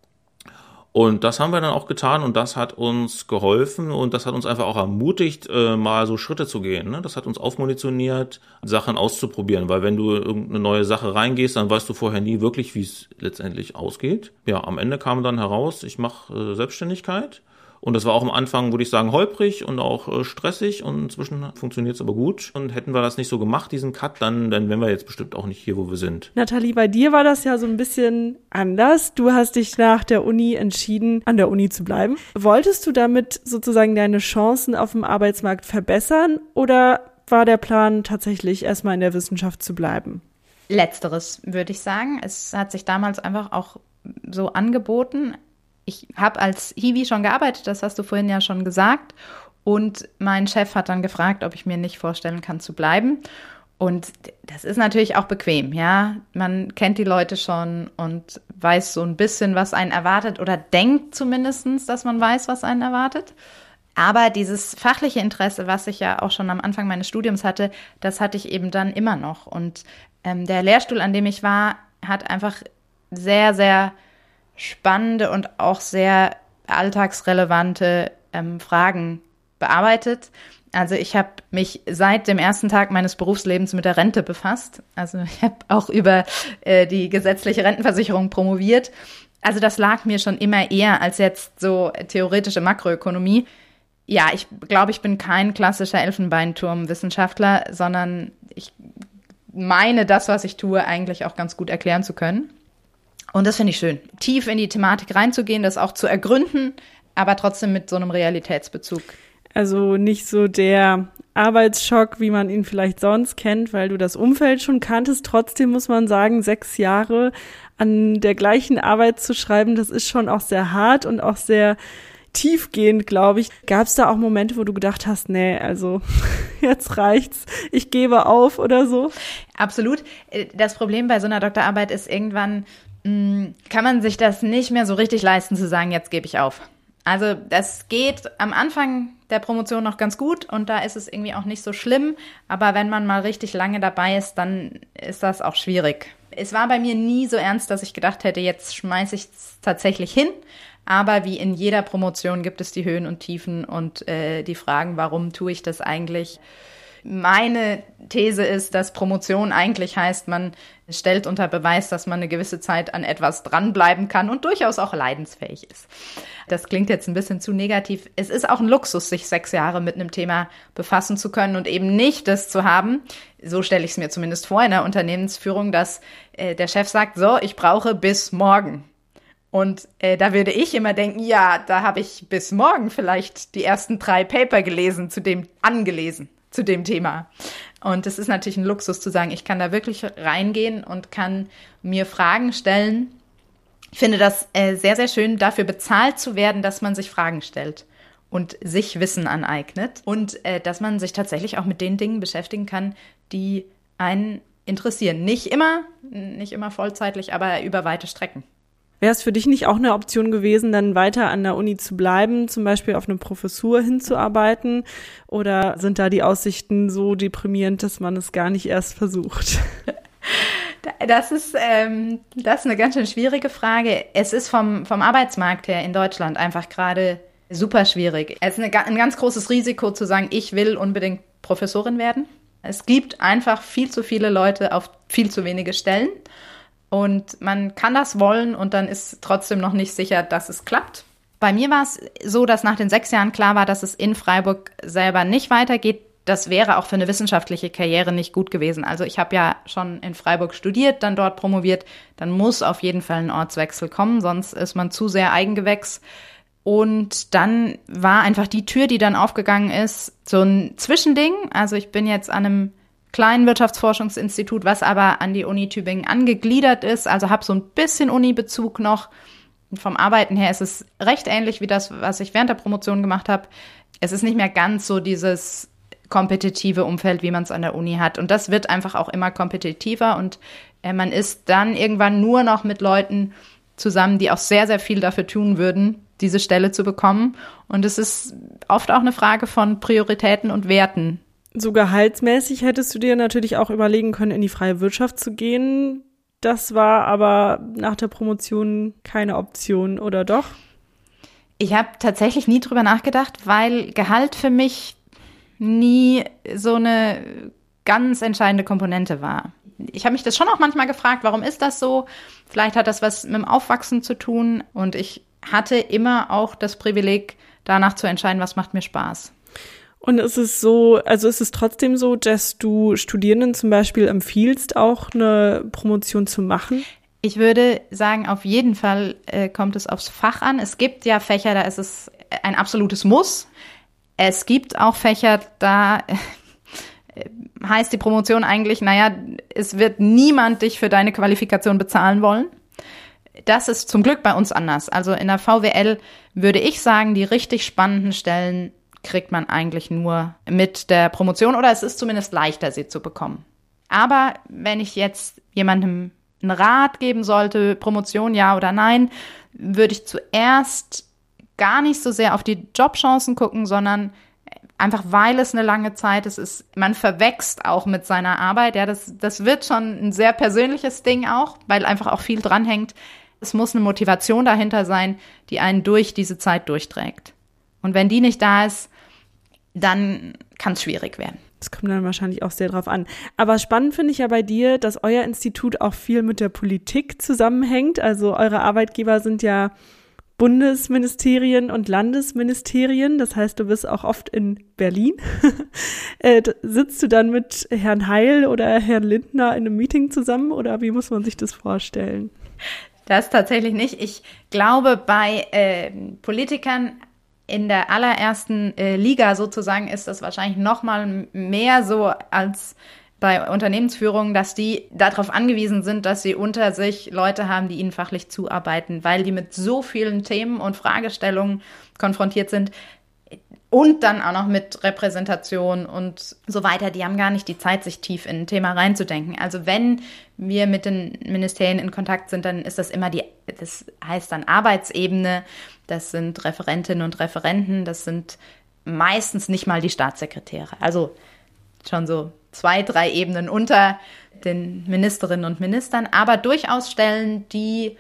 Speaker 4: Und das haben wir dann auch getan und das hat uns geholfen und das hat uns einfach auch ermutigt, mal so Schritte zu gehen. Ne? Das hat uns aufmunitioniert, Sachen auszuprobieren, weil wenn du in irgendeine neue Sache reingehst, dann weißt du vorher nie wirklich, wie es letztendlich ausgeht. Ja, am Ende kam dann heraus, ich mache Selbstständigkeit. Und das war auch am Anfang, würde ich sagen, holprig und auch stressig und inzwischen funktioniert es aber gut. Und hätten wir das nicht so gemacht, diesen Cut, dann wären wir jetzt bestimmt auch nicht hier, wo wir sind.
Speaker 2: Nathalie, bei dir war das ja so ein bisschen anders. Du hast dich nach der Uni entschieden, an der Uni zu bleiben. Wolltest du damit sozusagen deine Chancen auf dem Arbeitsmarkt verbessern oder war der Plan tatsächlich erstmal in der Wissenschaft zu bleiben?
Speaker 3: Letzteres, würde ich sagen. Es hat sich damals einfach auch so angeboten. Ich habe als Hiwi schon gearbeitet, das hast du vorhin ja schon gesagt. Und mein Chef hat dann gefragt, ob ich mir nicht vorstellen kann, zu bleiben. Und das ist natürlich auch bequem, ja. Man kennt die Leute schon und weiß so ein bisschen, was einen erwartet oder denkt zumindest, dass man weiß, was einen erwartet. Aber dieses fachliche Interesse, was ich ja auch schon am Anfang meines Studiums hatte, das hatte ich eben dann immer noch. Und der Lehrstuhl, an dem ich war, hat einfach sehr, sehr spannende und auch sehr alltagsrelevante Fragen bearbeitet. Also ich habe mich seit dem ersten Tag meines Berufslebens mit der Rente befasst. Also ich habe auch über die gesetzliche Rentenversicherung promoviert. Also das lag mir schon immer eher als jetzt so theoretische Makroökonomie. Ja, ich glaube, ich bin kein klassischer Elfenbeinturm-Wissenschaftler, sondern ich meine, das, was ich tue, eigentlich auch ganz gut erklären zu können. Und das finde ich schön, tief in die Thematik reinzugehen, das auch zu ergründen, aber trotzdem mit so einem Realitätsbezug.
Speaker 2: Also nicht so der Arbeitsschock, wie man ihn vielleicht sonst kennt, weil du das Umfeld schon kanntest. Trotzdem muss man sagen, 6 Jahre an der gleichen Arbeit zu schreiben, das ist schon auch sehr hart und auch sehr tiefgehend, glaube ich. Gab es da auch Momente, wo du gedacht hast, nee, also jetzt reicht's, ich gebe auf oder so?
Speaker 3: Absolut. Das Problem bei so einer Doktorarbeit ist irgendwann, kann man sich das nicht mehr so richtig leisten zu sagen, jetzt gebe ich auf. Also das geht am Anfang der Promotion noch ganz gut und da ist es irgendwie auch nicht so schlimm, aber wenn man mal richtig lange dabei ist, dann ist das auch schwierig. Es war bei mir nie so ernst, dass ich gedacht hätte, jetzt schmeiße ich es tatsächlich hin, Aber wie in jeder Promotion gibt es die Höhen und Tiefen und die Fragen, warum tue ich das eigentlich? Meine These ist, dass Promotion eigentlich heißt, man stellt unter Beweis, dass man eine gewisse Zeit an etwas dranbleiben kann und durchaus auch leidensfähig ist. Das klingt jetzt ein bisschen zu negativ. Es ist auch ein Luxus, sich 6 Jahre mit einem Thema befassen zu können und eben nicht das zu haben, so stelle ich es mir zumindest vor in der Unternehmensführung, dass der Chef sagt, so, ich brauche bis morgen. Und da würde ich immer denken, ja, da habe ich bis morgen vielleicht die ersten 3 Paper angelesen zu dem Thema. Und es ist natürlich ein Luxus zu sagen, ich kann da wirklich reingehen und kann mir Fragen stellen. Ich finde das sehr, sehr schön, dafür bezahlt zu werden, dass man sich Fragen stellt und sich Wissen aneignet und dass man sich tatsächlich auch mit den Dingen beschäftigen kann, die einen interessieren. Nicht immer vollzeitlich, aber über weite Strecken.
Speaker 2: Wäre es für dich nicht auch eine Option gewesen, dann weiter an der Uni zu bleiben, zum Beispiel auf eine Professur hinzuarbeiten? Oder sind da die Aussichten so deprimierend, dass man es gar nicht erst versucht?
Speaker 3: Das ist eine ganz schön schwierige Frage. Es ist vom Arbeitsmarkt her in Deutschland einfach gerade super schwierig. Es ist ein ganz großes Risiko zu sagen, ich will unbedingt Professorin werden. Es gibt einfach viel zu viele Leute auf viel zu wenige Stellen. Und man kann das wollen und dann ist trotzdem noch nicht sicher, dass es klappt. Bei mir war es so, dass nach den 6 Jahren klar war, dass es in Freiburg selber nicht weitergeht. Das wäre auch für eine wissenschaftliche Karriere nicht gut gewesen. Also ich habe ja schon in Freiburg studiert, dann dort promoviert. Dann muss auf jeden Fall ein Ortswechsel kommen, sonst ist man zu sehr Eigengewächs. Und dann war einfach die Tür, die dann aufgegangen ist, so ein Zwischending. Also ich bin jetzt an einem kleinen Wirtschaftsforschungsinstitut, was aber an die Uni Tübingen angegliedert ist. Also habe so ein bisschen Uni-Bezug noch. Und vom Arbeiten her ist es recht ähnlich wie das, was ich während der Promotion gemacht habe. Es ist nicht mehr ganz so dieses kompetitive Umfeld, wie man es an der Uni hat. Und das wird einfach auch immer kompetitiver. Und man ist dann irgendwann nur noch mit Leuten zusammen, die auch sehr, sehr viel dafür tun würden, diese Stelle zu bekommen. Und es ist oft auch eine Frage von Prioritäten und Werten.
Speaker 2: So gehaltsmäßig hättest du dir natürlich auch überlegen können, in die freie Wirtschaft zu gehen. Das war aber nach der Promotion keine Option, oder doch?
Speaker 3: Ich habe tatsächlich nie drüber nachgedacht, weil Gehalt für mich nie so eine ganz entscheidende Komponente war. Ich habe mich das schon auch manchmal gefragt, warum ist das so? Vielleicht hat das was mit dem Aufwachsen zu tun. Und ich hatte immer auch das Privileg, danach zu entscheiden, was macht mir Spaß.
Speaker 2: Und ist es trotzdem so, dass du Studierenden zum Beispiel empfiehlst, auch eine Promotion zu machen?
Speaker 3: Ich würde sagen, auf jeden Fall kommt es aufs Fach an. Es gibt ja Fächer, da ist es ein absolutes Muss. Es gibt auch Fächer, da heißt die Promotion eigentlich, es wird niemand dich für deine Qualifikation bezahlen wollen. Das ist zum Glück bei uns anders. Also in der VWL würde ich sagen, die richtig spannenden Stellen kriegt man eigentlich nur mit der Promotion oder es ist zumindest leichter, sie zu bekommen. Aber wenn ich jetzt jemandem einen Rat geben sollte, Promotion ja oder nein, würde ich zuerst gar nicht so sehr auf die Jobchancen gucken, sondern einfach, weil es eine lange Zeit ist, man verwächst auch mit seiner Arbeit. Ja, das wird schon ein sehr persönliches Ding auch, weil einfach auch viel dranhängt. Es muss eine Motivation dahinter sein, die einen durch diese Zeit durchträgt. Und wenn die nicht da ist, dann kann es schwierig werden.
Speaker 2: Das kommt dann wahrscheinlich auch sehr drauf an. Aber spannend finde ich ja bei dir, dass euer Institut auch viel mit der Politik zusammenhängt. Also eure Arbeitgeber sind ja Bundesministerien und Landesministerien. Das heißt, du bist auch oft in Berlin. Sitzt du dann mit Herrn Heil oder Herrn Lindner in einem Meeting zusammen oder wie muss man sich das vorstellen?
Speaker 3: Das tatsächlich nicht. Ich glaube, bei Politikern in der allerersten Liga sozusagen ist das wahrscheinlich noch mal mehr so als bei Unternehmensführungen, dass die darauf angewiesen sind, dass sie unter sich Leute haben, die ihnen fachlich zuarbeiten, weil die mit so vielen Themen und Fragestellungen konfrontiert sind und dann auch noch mit Repräsentation und so weiter. Die haben gar nicht die Zeit, sich tief in ein Thema reinzudenken. Also wenn wir mit den Ministerien in Kontakt sind, dann ist das immer das heißt dann Arbeitsebene. Das sind Referentinnen und Referenten. Das sind meistens nicht mal die Staatssekretäre. Also schon so 2, 3 Ebenen unter den Ministerinnen und Ministern, aber durchaus Stellen, die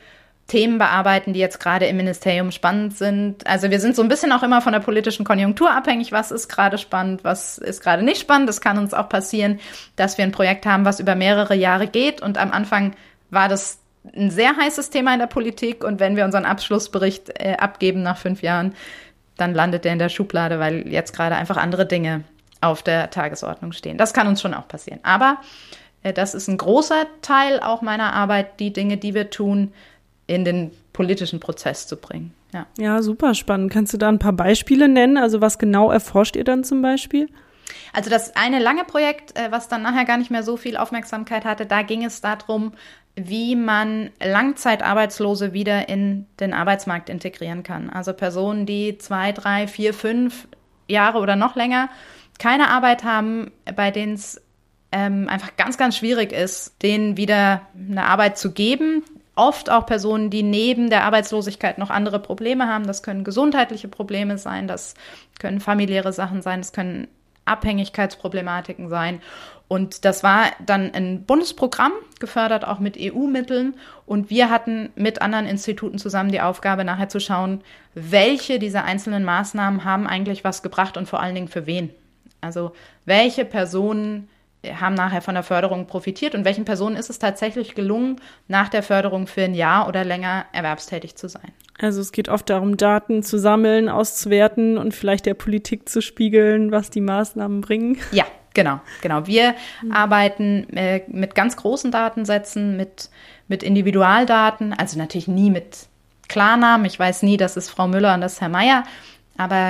Speaker 3: Themen bearbeiten, die jetzt gerade im Ministerium spannend sind. Also wir sind so ein bisschen auch immer von der politischen Konjunktur abhängig. Was ist gerade spannend, was ist gerade nicht spannend? Es kann uns auch passieren, dass wir ein Projekt haben, was über mehrere Jahre geht. Und am Anfang war das ein sehr heißes Thema in der Politik. Und wenn wir unseren Abschlussbericht abgeben nach 5 Jahren, dann landet der in der Schublade, weil jetzt gerade einfach andere Dinge auf der Tagesordnung stehen. Das kann uns schon auch passieren. Aber das ist ein großer Teil auch meiner Arbeit, die Dinge, die wir tun, in den politischen Prozess zu bringen.
Speaker 2: Ja, super spannend. Kannst du da ein paar Beispiele nennen? Also was genau erforscht ihr dann zum Beispiel?
Speaker 3: Also das eine lange Projekt, was dann nachher gar nicht mehr so viel Aufmerksamkeit hatte, da ging es darum, wie man Langzeitarbeitslose wieder in den Arbeitsmarkt integrieren kann. Also Personen, die 2, 3, 4, 5 Jahre oder noch länger keine Arbeit haben, bei denen es einfach ganz, ganz schwierig ist, denen wieder eine Arbeit zu geben. Oft auch Personen, die neben der Arbeitslosigkeit noch andere Probleme haben. Das können gesundheitliche Probleme sein, das können familiäre Sachen sein, das können Abhängigkeitsproblematiken sein. Und das war dann ein Bundesprogramm, gefördert auch mit EU-Mitteln. Und wir hatten mit anderen Instituten zusammen die Aufgabe, nachher zu schauen, welche dieser einzelnen Maßnahmen haben eigentlich was gebracht und vor allen Dingen für wen. Also welche Personen haben nachher von der Förderung profitiert und welchen Personen ist es tatsächlich gelungen, nach der Förderung für ein Jahr oder länger erwerbstätig zu sein.
Speaker 2: Also es geht oft darum, Daten zu sammeln, auszuwerten und vielleicht der Politik zu spiegeln, was die Maßnahmen bringen.
Speaker 3: Ja, genau. Wir arbeiten mit ganz großen Datensätzen, mit Individualdaten, also natürlich nie mit Klarnamen. Ich weiß nie, das ist Frau Müller und das ist Herr Meier, aber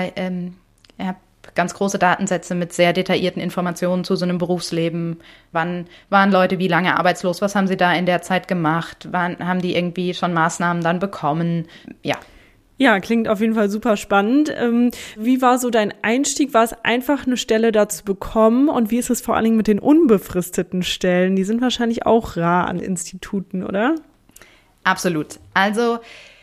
Speaker 3: ganz große Datensätze mit sehr detaillierten Informationen zu so einem Berufsleben. Wann waren Leute wie lange arbeitslos? Was haben sie da in der Zeit gemacht? Wann haben die irgendwie schon Maßnahmen dann bekommen? Ja.
Speaker 2: Ja, klingt auf jeden Fall super spannend. Wie war so dein Einstieg? War es einfach, eine Stelle da zu bekommen? Und wie ist es vor allen Dingen mit den unbefristeten Stellen? Die sind wahrscheinlich auch rar an Instituten, oder?
Speaker 3: Absolut. Also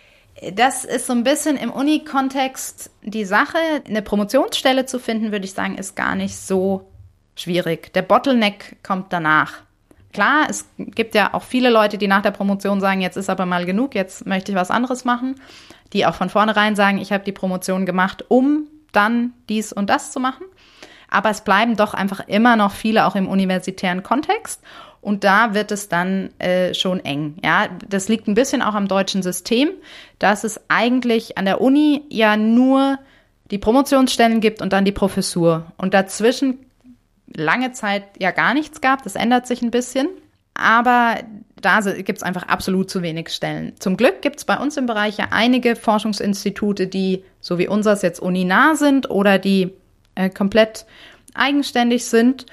Speaker 3: das ist so ein bisschen im Uni-Kontext die Sache. Eine Promotionsstelle zu finden, würde ich sagen, ist gar nicht so schwierig. Der Bottleneck kommt danach. Klar, es gibt ja auch viele Leute, die nach der Promotion sagen, jetzt ist aber mal genug, jetzt möchte ich was anderes machen. Die auch von vornherein sagen, ich habe die Promotion gemacht, um dann dies und das zu machen. Aber es bleiben doch einfach immer noch viele auch im universitären Kontext. Und da wird es dann schon eng. Ja, das liegt ein bisschen auch am deutschen System, dass es eigentlich an der Uni ja nur die Promotionsstellen gibt und dann die Professur. Und dazwischen lange Zeit ja gar nichts gab. Das ändert sich ein bisschen. Aber da gibt es einfach absolut zu wenig Stellen. Zum Glück gibt es bei uns im Bereich ja einige Forschungsinstitute, die, so wie unseres, jetzt uninah sind oder die komplett eigenständig sind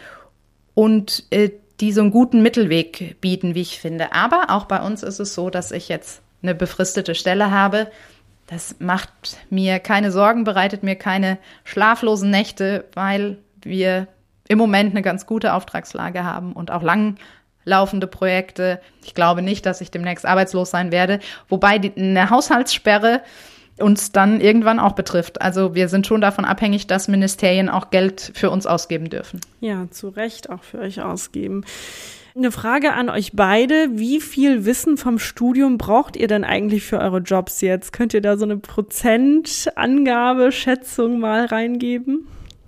Speaker 3: und die so einen guten Mittelweg bieten, wie ich finde. Aber auch bei uns ist es so, dass ich jetzt eine befristete Stelle habe. Das macht mir keine Sorgen, bereitet mir keine schlaflosen Nächte, weil wir im Moment eine ganz gute Auftragslage haben und auch langlaufende Projekte. Ich glaube nicht, dass ich demnächst arbeitslos sein werde, wobei eine Haushaltssperre uns dann irgendwann auch betrifft. Also wir sind schon davon abhängig, dass Ministerien auch Geld für uns ausgeben dürfen.
Speaker 2: Ja, zu Recht auch für euch ausgeben. Eine Frage an euch beide. Wie viel Wissen vom Studium braucht ihr denn eigentlich für eure Jobs jetzt? Könnt ihr da so eine Prozentangabe, Schätzung mal reingeben?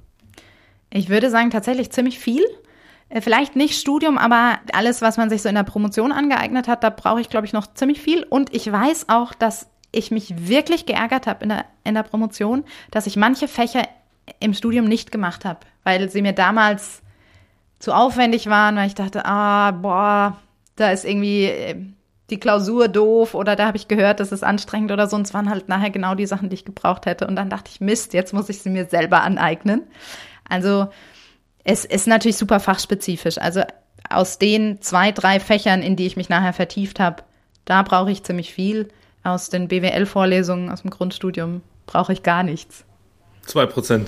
Speaker 3: Ich würde sagen, tatsächlich ziemlich viel. Vielleicht nicht Studium, aber alles, was man sich so in der Promotion angeeignet hat, da brauche ich, glaube ich, noch ziemlich viel. Und ich weiß auch, dass ich mich wirklich geärgert habe in der Promotion, dass ich manche Fächer im Studium nicht gemacht habe, weil sie mir damals zu aufwendig waren, weil ich dachte, da ist irgendwie die Klausur doof oder da habe ich gehört, das ist anstrengend oder so. Und es waren halt nachher genau die Sachen, die ich gebraucht hätte. Und dann dachte ich, Mist, jetzt muss ich sie mir selber aneignen. Also es ist natürlich super fachspezifisch. Also aus den 2, 3 Fächern, in die ich mich nachher vertieft habe, da brauche ich ziemlich viel. Aus den BWL-Vorlesungen aus dem Grundstudium brauche ich gar nichts.
Speaker 4: 2%.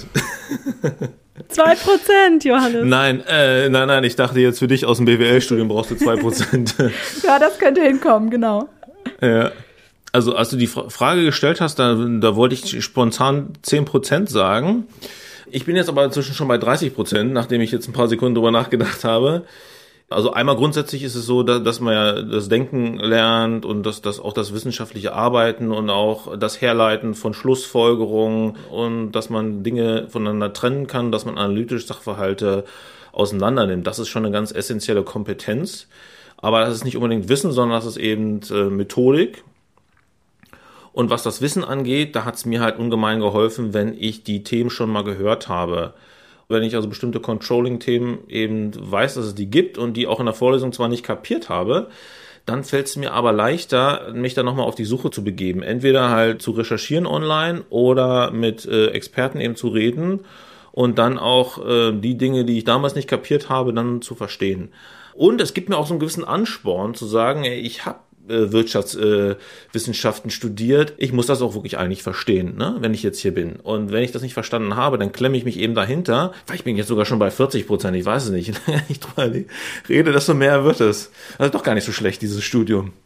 Speaker 2: 2%, Johannes.
Speaker 4: Nein, ich dachte jetzt für dich aus dem BWL-Studium brauchst du 2%.
Speaker 3: Ja, das könnte hinkommen, genau.
Speaker 4: Ja. Also als du die Frage gestellt hast, da wollte ich spontan 10% sagen. Ich bin jetzt aber inzwischen schon bei 30%, nachdem ich jetzt ein paar Sekunden drüber nachgedacht habe. Also einmal grundsätzlich ist es so, dass man ja das Denken lernt und dass auch das wissenschaftliche Arbeiten und auch das Herleiten von Schlussfolgerungen und dass man Dinge voneinander trennen kann, dass man analytisch Sachverhalte auseinander nimmt. Das ist schon eine ganz essentielle Kompetenz. Aber das ist nicht unbedingt Wissen, sondern das ist eben Methodik. Und was das Wissen angeht, da hat es mir halt ungemein geholfen, wenn ich die Themen schon mal gehört habe. Wenn ich also bestimmte Controlling-Themen eben weiß, dass es die gibt und die auch in der Vorlesung zwar nicht kapiert habe, dann fällt es mir aber leichter, mich dann nochmal auf die Suche zu begeben. Entweder halt zu recherchieren online oder mit Experten eben zu reden und dann auch die Dinge, die ich damals nicht kapiert habe, dann zu verstehen. Und es gibt mir auch so einen gewissen Ansporn zu sagen, ich habe Wirtschaftswissenschaften studiert. Ich muss das auch wirklich eigentlich verstehen, ne, wenn ich jetzt hier bin. Und wenn ich das nicht verstanden habe, dann klemme ich mich eben dahinter. Vielleicht bin ich jetzt sogar schon bei 40%, ich weiß es nicht. Wenn ich drüber rede, desto mehr wird es. Also doch gar nicht so schlecht, dieses Studium.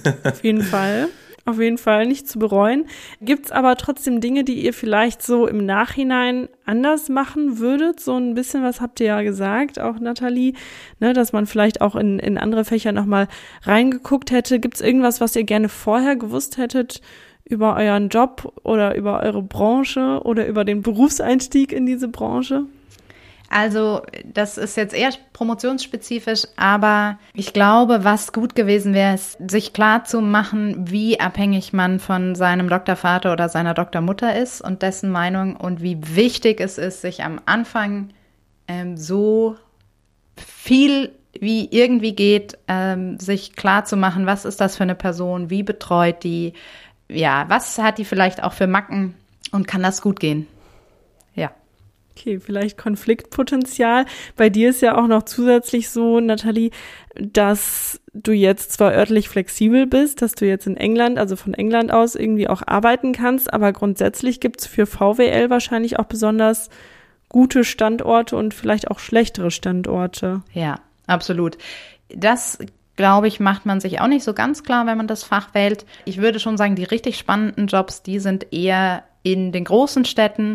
Speaker 2: Auf jeden Fall nicht zu bereuen. Gibt's aber trotzdem Dinge, die ihr vielleicht so im Nachhinein anders machen würdet? So ein bisschen, was habt ihr ja gesagt, auch Nathalie, ne, dass man vielleicht auch in andere Fächer nochmal reingeguckt hätte. Gibt's irgendwas, was ihr gerne vorher gewusst hättet über euren Job oder über eure Branche oder über den Berufseinstieg in diese Branche?
Speaker 3: Also das ist jetzt eher promotionsspezifisch, aber ich glaube, was gut gewesen wäre, ist, sich klar zu machen, wie abhängig man von seinem Doktorvater oder seiner Doktormutter ist und dessen Meinung und wie wichtig es ist, sich am Anfang so viel wie irgendwie geht, sich klar zu machen, was ist das für eine Person, wie betreut die, ja, was hat die vielleicht auch für Macken und kann das gut gehen? Ja.
Speaker 2: Okay, vielleicht Konfliktpotenzial. Bei dir ist ja auch noch zusätzlich so, Nathalie, dass du jetzt zwar örtlich flexibel bist, dass du jetzt in England, also von England aus irgendwie auch arbeiten kannst, aber grundsätzlich gibt's für VWL wahrscheinlich auch besonders gute Standorte und vielleicht auch schlechtere Standorte.
Speaker 3: Ja, absolut. Das, glaube ich, macht man sich auch nicht so ganz klar, wenn man das Fach wählt. Ich würde schon sagen, die richtig spannenden Jobs, die sind eher in den großen Städten,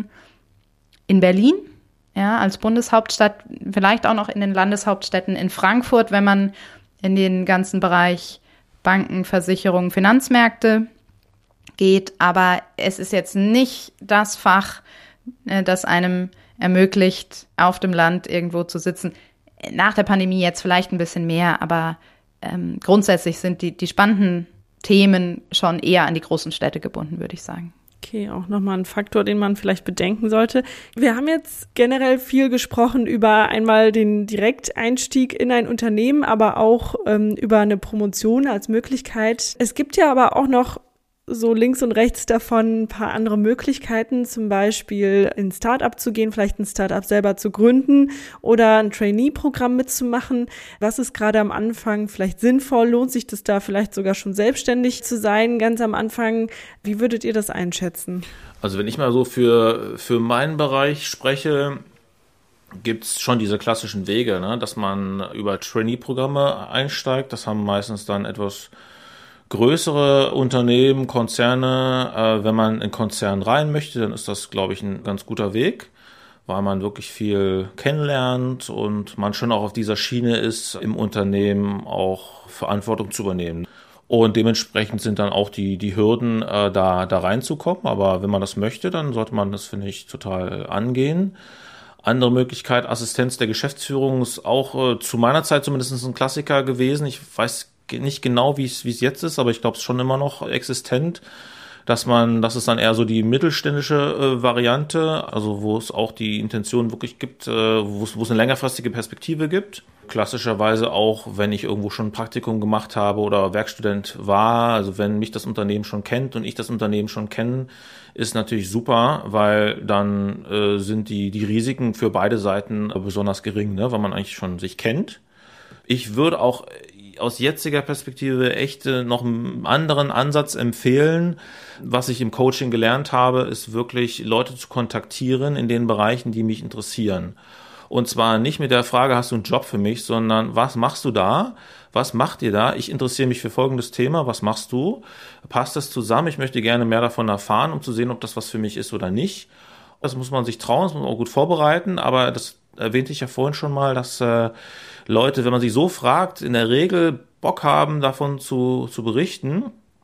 Speaker 3: in Berlin, ja, als Bundeshauptstadt, vielleicht auch noch in den Landeshauptstädten, in Frankfurt, wenn man in den ganzen Bereich Banken, Versicherungen, Finanzmärkte geht. Aber es ist jetzt nicht das Fach, das einem ermöglicht, auf dem Land irgendwo zu sitzen. Nach der Pandemie jetzt vielleicht ein bisschen mehr, aber grundsätzlich sind die spannenden Themen schon eher an die großen Städte gebunden, würde ich sagen.
Speaker 2: Okay, auch nochmal ein Faktor, den man vielleicht bedenken sollte. Wir haben jetzt generell viel gesprochen über einmal den Direkteinstieg in ein Unternehmen, aber auch über eine Promotion als Möglichkeit. Es gibt ja aber auch noch so links und rechts davon ein paar andere Möglichkeiten, zum Beispiel in ein Start-up zu gehen, vielleicht ein Start-up selber zu gründen oder ein Trainee-Programm mitzumachen. Was ist gerade am Anfang vielleicht sinnvoll? Lohnt sich das da vielleicht sogar schon selbstständig zu sein, ganz am Anfang? Wie würdet ihr das einschätzen?
Speaker 4: Also wenn ich mal so für meinen Bereich spreche, gibt's schon diese klassischen Wege, ne, dass man über Trainee-Programme einsteigt. Das haben meistens dann etwas größere Unternehmen, Konzerne. Wenn man in Konzern rein möchte, dann ist das, glaube ich, ein ganz guter Weg, weil man wirklich viel kennenlernt und man schon auch auf dieser Schiene ist, im Unternehmen auch Verantwortung zu übernehmen. Und dementsprechend sind dann auch die Hürden, da reinzukommen. Aber wenn man das möchte, dann sollte man das, finde ich, total angehen. Andere Möglichkeit, Assistenz der Geschäftsführung, ist auch zu meiner Zeit zumindest ein Klassiker gewesen. Ich weiß nicht genau, wie es jetzt ist, aber ich glaube, es ist schon immer noch existent, dass es dann eher so die mittelständische Variante, also wo es auch die Intention wirklich gibt, wo es eine längerfristige Perspektive gibt. Klassischerweise auch, wenn ich irgendwo schon ein Praktikum gemacht habe oder Werkstudent war, also wenn mich das Unternehmen schon kennt und ich das Unternehmen schon kenne, ist natürlich super, weil dann sind die Risiken für beide Seiten besonders gering, ne, weil man eigentlich schon sich kennt. Ich würde auch aus jetziger Perspektive echt noch einen anderen Ansatz empfehlen. Was ich im Coaching gelernt habe, ist wirklich Leute zu kontaktieren in den Bereichen, die mich interessieren. Und zwar nicht mit der Frage, hast du einen Job für mich, sondern was machst du da? Was macht ihr da? Ich interessiere mich für folgendes Thema. Was machst du? Passt das zusammen? Ich möchte gerne mehr davon erfahren, um zu sehen, ob das was für mich ist oder nicht. Das muss man sich trauen, das muss man auch gut vorbereiten, aber das erwähnte ich ja vorhin schon mal, dass Leute, wenn man sie so fragt, in der Regel Bock haben, davon zu berichten.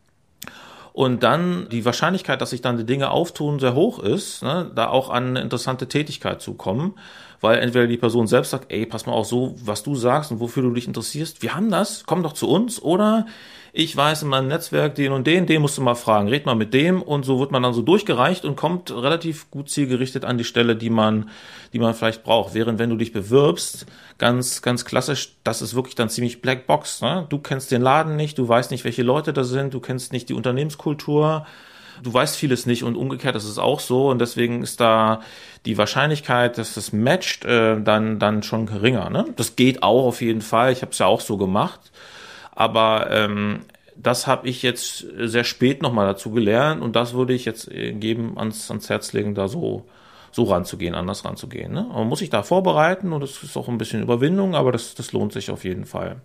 Speaker 4: Und dann die Wahrscheinlichkeit, dass sich dann die Dinge auftun, sehr hoch ist, ne, da auch an eine interessante Tätigkeit zu kommen, weil entweder die Person selbst sagt, ey, pass mal auf so, was du sagst und wofür du dich interessierst, wir haben das, komm doch zu uns, oder ich weiß in meinem Netzwerk den und den musst du mal fragen, red mal mit dem, und so wird man dann so durchgereicht und kommt relativ gut zielgerichtet an die Stelle, die man vielleicht braucht. Während wenn du dich bewirbst, ganz klassisch, das ist wirklich dann ziemlich Blackbox, ne? Du kennst den Laden nicht, du weißt nicht, welche Leute da sind, du kennst nicht die Unternehmenskultur, du weißt vieles nicht, und umgekehrt ist es auch so, und deswegen ist da die Wahrscheinlichkeit, dass das matcht, dann schon geringer, ne? Das geht auch auf jeden Fall, ich habe es ja auch so gemacht. Aber das habe ich jetzt sehr spät nochmal dazu gelernt, und das würde ich jetzt geben, ans Herz legen, da so ranzugehen, anders ranzugehen. Ne? Man muss sich da vorbereiten, und das ist auch ein bisschen Überwindung, aber das lohnt sich auf jeden Fall.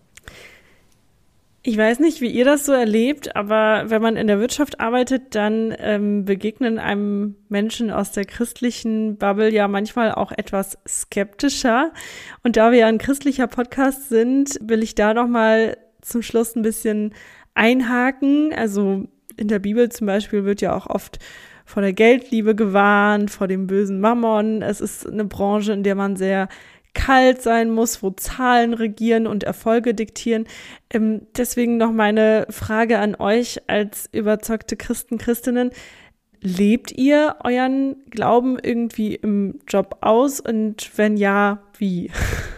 Speaker 2: Ich weiß nicht, wie ihr das so erlebt, aber wenn man in der Wirtschaft arbeitet, dann begegnen einem Menschen aus der christlichen Bubble ja manchmal auch etwas skeptischer. Und da wir ja ein christlicher Podcast sind, will ich da nochmal zum Schluss ein bisschen einhaken. Also in der Bibel zum Beispiel wird ja auch oft vor der Geldliebe gewarnt, vor dem bösen Mammon. Es ist eine Branche, in der man sehr kalt sein muss, wo Zahlen regieren und Erfolge diktieren. Deswegen noch meine Frage an euch als überzeugte Christen, Christinnen. Lebt ihr euren Glauben irgendwie im Job aus, und wenn ja, wie?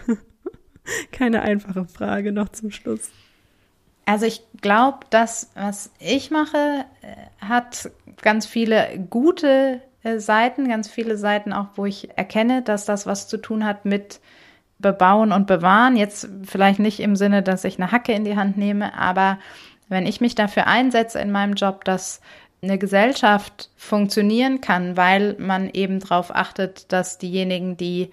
Speaker 2: Keine einfache Frage noch zum Schluss.
Speaker 3: Also ich glaube, das, was ich mache, hat ganz viele gute Seiten, ganz viele Seiten auch, wo ich erkenne, dass das was zu tun hat mit Bebauen und Bewahren. Jetzt vielleicht nicht im Sinne, dass ich eine Hacke in die Hand nehme, aber wenn ich mich dafür einsetze in meinem Job, dass eine Gesellschaft funktionieren kann, weil man eben darauf achtet, dass diejenigen, die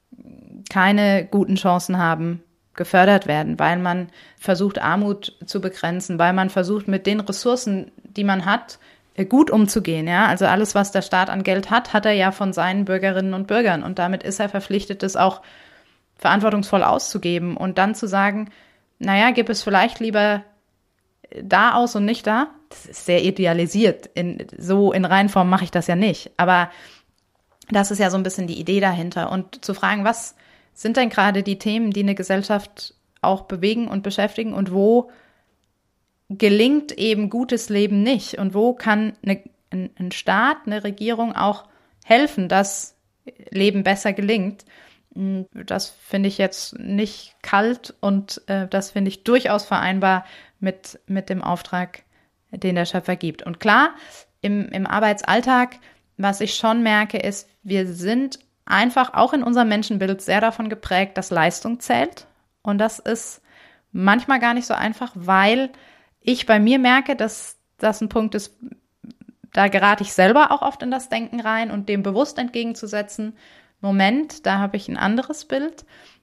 Speaker 3: keine guten Chancen haben, gefördert werden, weil man versucht, Armut zu begrenzen, weil man versucht, mit den Ressourcen, die man hat, gut umzugehen. Ja? Also alles, was der Staat an Geld hat, hat er ja von seinen Bürgerinnen und Bürgern, und damit ist er verpflichtet, das auch verantwortungsvoll auszugeben, und dann zu sagen, naja, gib es vielleicht lieber da aus und nicht da. Das ist sehr idealisiert. In Reinform mache ich das ja nicht. Aber das ist ja so ein bisschen die Idee dahinter. Und zu fragen, was sind denn gerade die Themen, die eine Gesellschaft auch bewegen und beschäftigen, und wo gelingt eben gutes Leben nicht, und wo kann ein Staat, eine Regierung auch helfen, dass Leben besser gelingt. Das finde ich jetzt nicht kalt, und das finde ich durchaus vereinbar mit dem Auftrag, den der Schöpfer gibt. Und klar, im Arbeitsalltag, was ich schon merke, ist, wir sind einfach auch in unserem Menschenbild sehr davon geprägt, dass Leistung zählt. Und das ist manchmal gar nicht so einfach, weil ich bei mir merke, dass das ein Punkt ist, da gerate ich selber auch oft in das Denken rein, und dem bewusst entgegenzusetzen, Moment, da habe ich ein anderes Bild,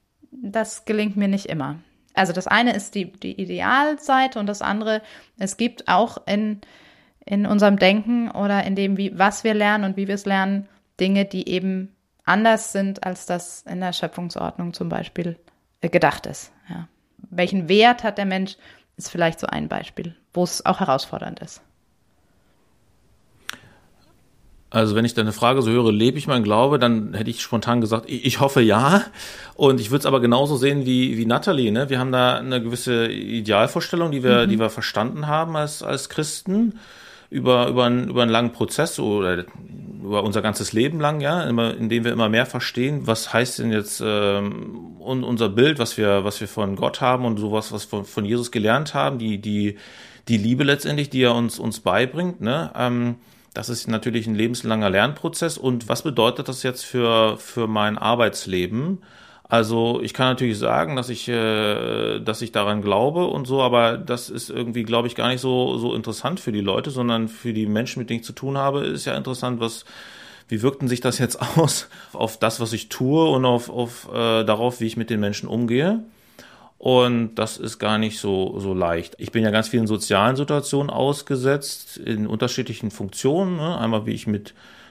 Speaker 3: das gelingt mir nicht immer. Also das eine ist die Idealseite, und das andere, es gibt auch in unserem Denken oder in dem, was wir lernen und wie wir es lernen, Dinge, die eben anders sind, als das in der Schöpfungsordnung zum Beispiel gedacht ist. Ja. Welchen Wert hat der Mensch, ist vielleicht so ein Beispiel, wo es auch herausfordernd ist.
Speaker 4: Also wenn ich deine Frage so höre, lebe ich meinen Glaube, dann hätte ich spontan gesagt, ich hoffe ja. Und ich würde es aber genauso sehen wie Nathalie. Ne? Wir haben da eine gewisse Idealvorstellung, die wir verstanden haben als Christen über einen langen Prozess oder über unser ganzes Leben lang, ja, indem wir immer mehr verstehen, was heißt denn jetzt unser Bild, was wir von Gott haben und sowas, was von Jesus gelernt haben, die Liebe letztendlich, die er uns beibringt, ne? Das ist natürlich ein lebenslanger Lernprozess. Und was bedeutet das jetzt für mein Arbeitsleben? Also ich kann natürlich sagen, dass ich daran glaube und so, aber das ist irgendwie, glaube ich, gar nicht so interessant für die Leute, sondern für die Menschen, mit denen ich zu tun habe, ist ja interessant, wie wirkt denn sich das jetzt aus auf das, was ich tue, und auf darauf, wie ich mit den Menschen umgehe. Und das ist gar nicht so leicht. Ich bin ja ganz vielen sozialen Situationen ausgesetzt, in unterschiedlichen Funktionen. Ne? Einmal, wie ich mit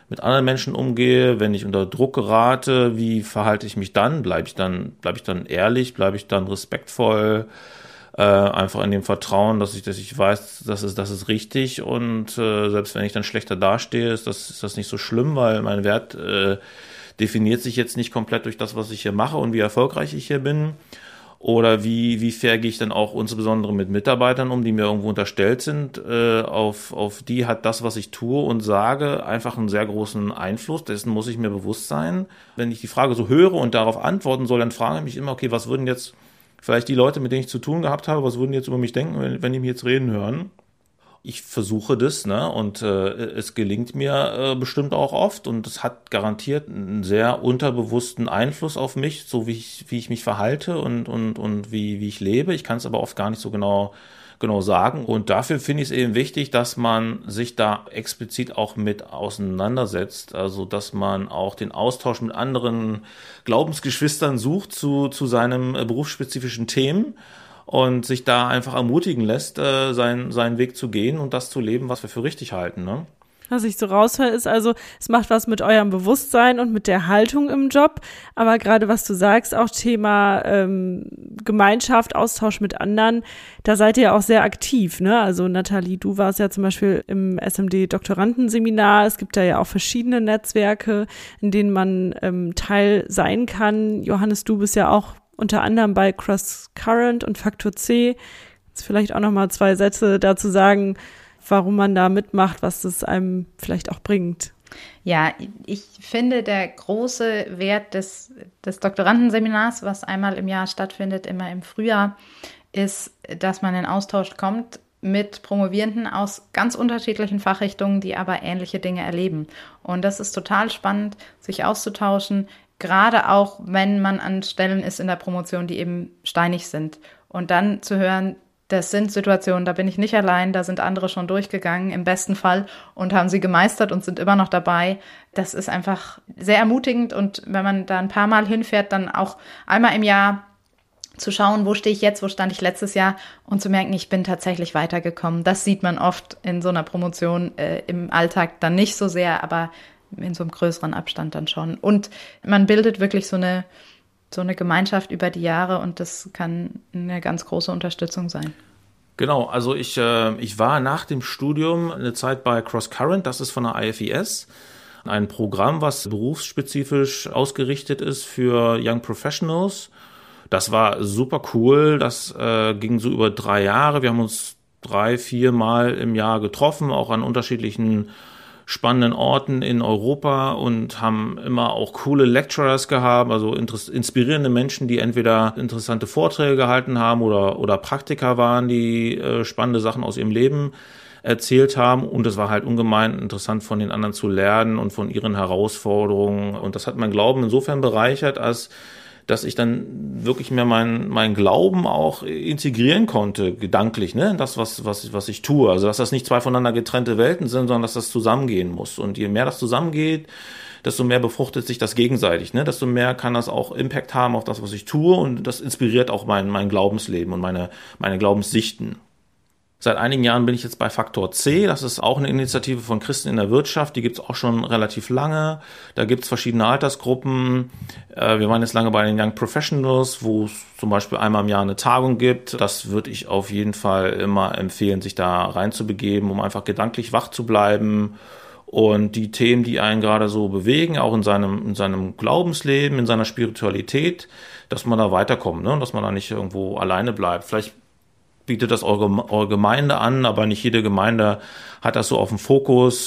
Speaker 4: mit anderen Menschen umgehe, wenn ich unter Druck gerate, wie verhalte ich mich dann? Bleibe ich dann ehrlich, bleibe ich dann respektvoll, einfach in dem Vertrauen, dass ich weiß, das ist richtig, und selbst wenn ich dann schlechter dastehe, ist das nicht so schlimm, weil mein Wert definiert sich jetzt nicht komplett durch das, was ich hier mache und wie erfolgreich ich hier bin. Oder wie fair gehe ich dann auch insbesondere mit Mitarbeitern um, die mir irgendwo unterstellt sind. Auf die hat das, was ich tue und sage, einfach einen sehr großen Einfluss. Dessen muss ich mir bewusst sein. Wenn ich die Frage so höre und darauf antworten soll, dann frage ich mich immer, okay, was würden jetzt vielleicht die Leute, mit denen ich zu tun gehabt habe, was würden die jetzt über mich denken, wenn die mich jetzt reden hören? Ich versuche das, ne, und es gelingt mir bestimmt auch oft, und es hat garantiert einen sehr unterbewussten Einfluss auf mich, so wie ich mich verhalte und wie ich lebe. Ich kann es aber oft gar nicht so genau sagen, und dafür finde ich es eben wichtig, dass man sich da explizit auch mit auseinandersetzt, also dass man auch den Austausch mit anderen Glaubensgeschwistern sucht zu seinem berufsspezifischen Themen und sich da einfach ermutigen lässt, seinen Weg zu gehen und das zu leben, was wir für richtig halten, ne?
Speaker 2: Was ich so raushöre, ist also, es macht was mit eurem Bewusstsein und mit der Haltung im Job, aber gerade was du sagst, auch Thema Gemeinschaft, Austausch mit anderen, da seid ihr auch sehr aktiv, ne? Also Nathalie, du warst ja zum Beispiel im SMD-Doktorandenseminar, es gibt da ja auch verschiedene Netzwerke, in denen man Teil sein kann. Johannes, du bist ja auch unter anderem bei Cross Current und Faktor C. Jetzt vielleicht auch nochmal 2 Sätze dazu sagen, warum man da mitmacht, was das einem vielleicht auch bringt.
Speaker 3: Ja, ich finde, der große Wert des Doktorandenseminars, was einmal im Jahr stattfindet, immer im Frühjahr, ist, dass man in Austausch kommt mit Promovierenden aus ganz unterschiedlichen Fachrichtungen, die aber ähnliche Dinge erleben. Und das ist total spannend, sich auszutauschen, gerade auch, wenn man an Stellen ist in der Promotion, die eben steinig sind. Und dann zu hören, das sind Situationen, da bin ich nicht allein, da sind andere schon durchgegangen, im besten Fall, und haben sie gemeistert und sind immer noch dabei. Das ist einfach sehr ermutigend, und wenn man da ein paar Mal hinfährt, dann auch einmal im Jahr zu schauen, wo stehe ich jetzt, wo stand ich letztes Jahr, und zu merken, ich bin tatsächlich weitergekommen. Das sieht man oft in so einer Promotion im Alltag dann nicht so sehr, aber in so einem größeren Abstand dann schon. Und man bildet wirklich so eine Gemeinschaft über die Jahre, und das kann eine ganz große Unterstützung sein.
Speaker 4: Genau, also ich war nach dem Studium eine Zeit bei Cross Current, das ist von der IFES, ein Programm, was berufsspezifisch ausgerichtet ist für Young Professionals. Das war super cool, das ging so über 3 Jahre, wir haben uns 3-4 Mal im Jahr getroffen, auch an unterschiedlichen spannenden Orten in Europa, und haben immer auch coole Lecturers gehabt, also inspirierende Menschen, die entweder interessante Vorträge gehalten haben oder Praktiker waren, die spannende Sachen aus ihrem Leben erzählt haben, und es war halt ungemein interessant, von den anderen zu lernen und von ihren Herausforderungen, und das hat mein Glauben insofern bereichert, als dass ich dann wirklich mehr meinen Glauben auch integrieren konnte, gedanklich, ne, in das, was ich tue. Also, dass das nicht 2 voneinander getrennte Welten sind, sondern dass das zusammengehen muss. Und je mehr das zusammengeht, desto mehr befruchtet sich das gegenseitig, ne, desto mehr kann das auch Impact haben auf das, was ich tue, und das inspiriert auch mein Glaubensleben und meine Glaubenssichten. Seit einigen Jahren bin ich jetzt bei Faktor C. Das ist auch eine Initiative von Christen in der Wirtschaft. Die gibt's auch schon relativ lange. Da gibt's verschiedene Altersgruppen. Wir waren jetzt lange bei den Young Professionals, wo es zum Beispiel einmal im Jahr eine Tagung gibt. Das würde ich auf jeden Fall immer empfehlen, sich da reinzubegeben, um einfach gedanklich wach zu bleiben und die Themen, die einen gerade so bewegen, auch in seinem Glaubensleben, in seiner Spiritualität, dass man da weiterkommt, ne? Und dass man da nicht irgendwo alleine bleibt. Vielleicht bietet das eure Gemeinde an, aber nicht jede Gemeinde hat das so auf dem Fokus.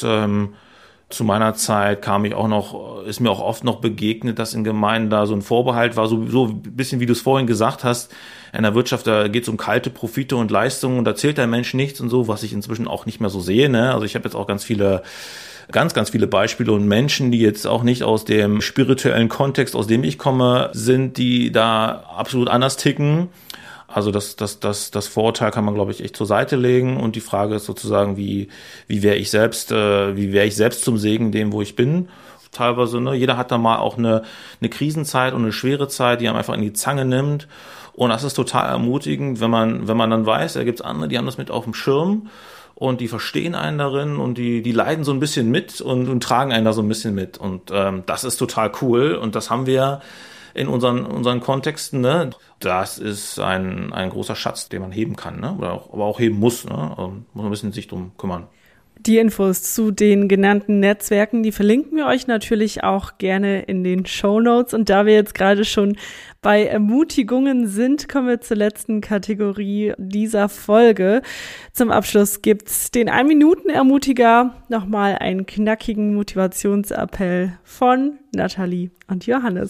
Speaker 4: Zu meiner Zeit ist mir auch oft noch begegnet, dass in Gemeinden da so ein Vorbehalt war, so ein bisschen wie du es vorhin gesagt hast. In der Wirtschaft, da geht es um kalte Profite und Leistungen, und da zählt der Mensch nichts und so, was ich inzwischen auch nicht mehr so sehe, ne? Also ich habe jetzt auch ganz viele Beispiele und Menschen, die jetzt auch nicht aus dem spirituellen Kontext, aus dem ich komme, sind, die da absolut anders ticken. Also das Vorurteil kann man, glaube ich, echt zur Seite legen, und die Frage ist sozusagen, wie wäre ich selbst zum Segen dem, wo ich bin. teilweise, ne, jeder hat da mal auch eine Krisenzeit und eine schwere Zeit, die einem einfach in die Zange nimmt. Und das ist total ermutigend, wenn man dann weiß, da gibt's andere, die haben das mit auf dem Schirm und die verstehen einen darin und die leiden so ein bisschen mit und tragen einen da so ein bisschen mit. Und das ist total cool und das haben wir in unseren Kontexten, ne? Das ist ein großer Schatz, den man heben kann, ne? Aber auch heben muss, ne? Muss man ein bisschen sich drum kümmern.
Speaker 2: Die Infos zu den genannten Netzwerken, die verlinken wir euch natürlich auch gerne in den Shownotes. Und da wir jetzt gerade schon bei Ermutigungen sind, kommen wir zur letzten Kategorie dieser Folge. Zum Abschluss gibt's den 1-Minuten-Ermutiger, nochmal einen knackigen Motivationsappell von Nathalie und Johannes.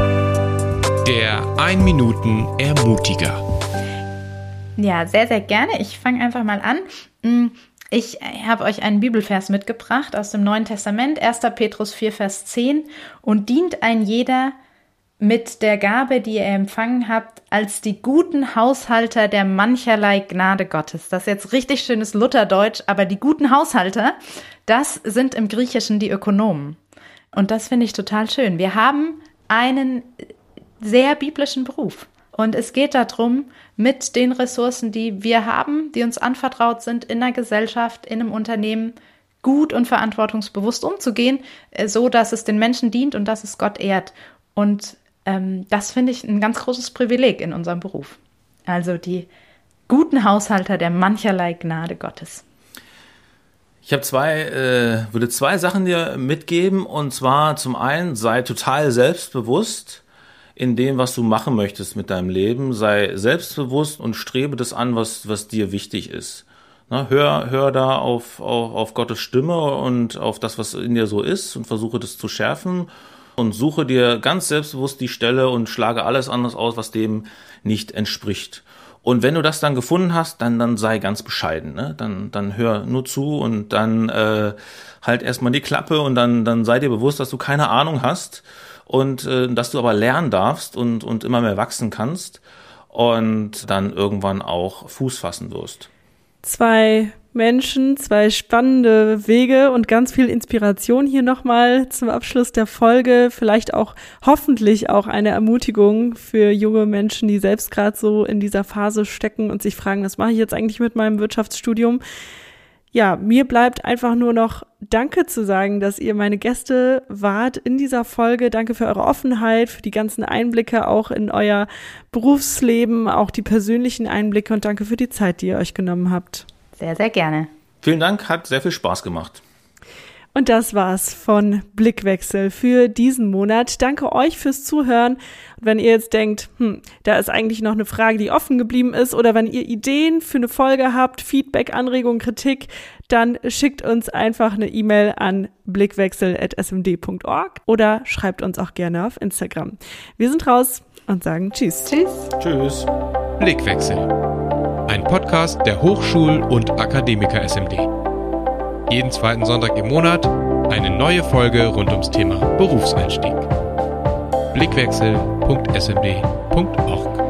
Speaker 1: Der 1-Minuten-Ermutiger.
Speaker 3: Ja, sehr, sehr gerne. Ich fange einfach mal an. Ich habe euch einen Bibelvers mitgebracht aus dem Neuen Testament, 1. Petrus 4, Vers 10. Und dient ein jeder mit der Gabe, die ihr empfangen habt, als die guten Haushalter der mancherlei Gnade Gottes. Das ist jetzt richtig schönes Lutherdeutsch, aber die guten Haushalter, das sind im Griechischen die Ökonomen. Und das finde ich total schön. Wir haben einen sehr biblischen Beruf. Und es geht darum, mit den Ressourcen, die wir haben, die uns anvertraut sind, in der Gesellschaft, in einem Unternehmen, gut und verantwortungsbewusst umzugehen, so dass es den Menschen dient und dass es Gott ehrt. Und das finde ich ein ganz großes Privileg in unserem Beruf. Also die guten Haushalter der mancherlei Gnade Gottes.
Speaker 4: Ich habe würde zwei Sachen dir mitgeben. Und zwar zum einen, sei total selbstbewusst in dem, was du machen möchtest mit deinem Leben. Sei selbstbewusst und strebe das an, was dir wichtig ist. Na, hör da auf Gottes Stimme und auf das, was in dir so ist und versuche das zu schärfen und suche dir ganz selbstbewusst die Stelle und schlage alles anderes aus, was dem nicht entspricht. Und wenn du das dann gefunden hast, dann sei ganz bescheiden, ne? Dann hör nur zu und dann halt erstmal die Klappe und dann sei dir bewusst, dass du keine Ahnung hast und dass du aber lernen darfst und immer mehr wachsen kannst und dann irgendwann auch Fuß fassen wirst.
Speaker 2: 2 Menschen, 2 spannende Wege und ganz viel Inspiration hier nochmal zum Abschluss der Folge. Vielleicht auch, hoffentlich auch eine Ermutigung für junge Menschen, die selbst gerade so in dieser Phase stecken und sich fragen, was mache ich jetzt eigentlich mit meinem Wirtschaftsstudium? Ja, mir bleibt einfach nur noch Danke zu sagen, dass ihr meine Gäste wart in dieser Folge. Danke für eure Offenheit, für die ganzen Einblicke auch in euer Berufsleben, auch die persönlichen Einblicke und danke für die Zeit, die ihr euch genommen habt.
Speaker 3: Sehr, sehr gerne.
Speaker 4: Vielen Dank, hat sehr viel Spaß gemacht.
Speaker 2: Und das war's von Blickwechsel für diesen Monat. Danke euch fürs Zuhören. Und wenn ihr jetzt denkt, da ist eigentlich noch eine Frage, die offen geblieben ist, oder wenn ihr Ideen für eine Folge habt, Feedback, Anregungen, Kritik, dann schickt uns einfach eine E-Mail an blickwechsel@smd.org oder schreibt uns auch gerne auf Instagram. Wir sind raus und sagen Tschüss.
Speaker 3: Tschüss.
Speaker 4: Tschüss.
Speaker 1: Blickwechsel. Ein Podcast der Hochschul- und Akademiker SMD. Jeden 2. Sonntag im Monat eine neue Folge rund ums Thema Berufseinstieg. Blickwechsel.smd.org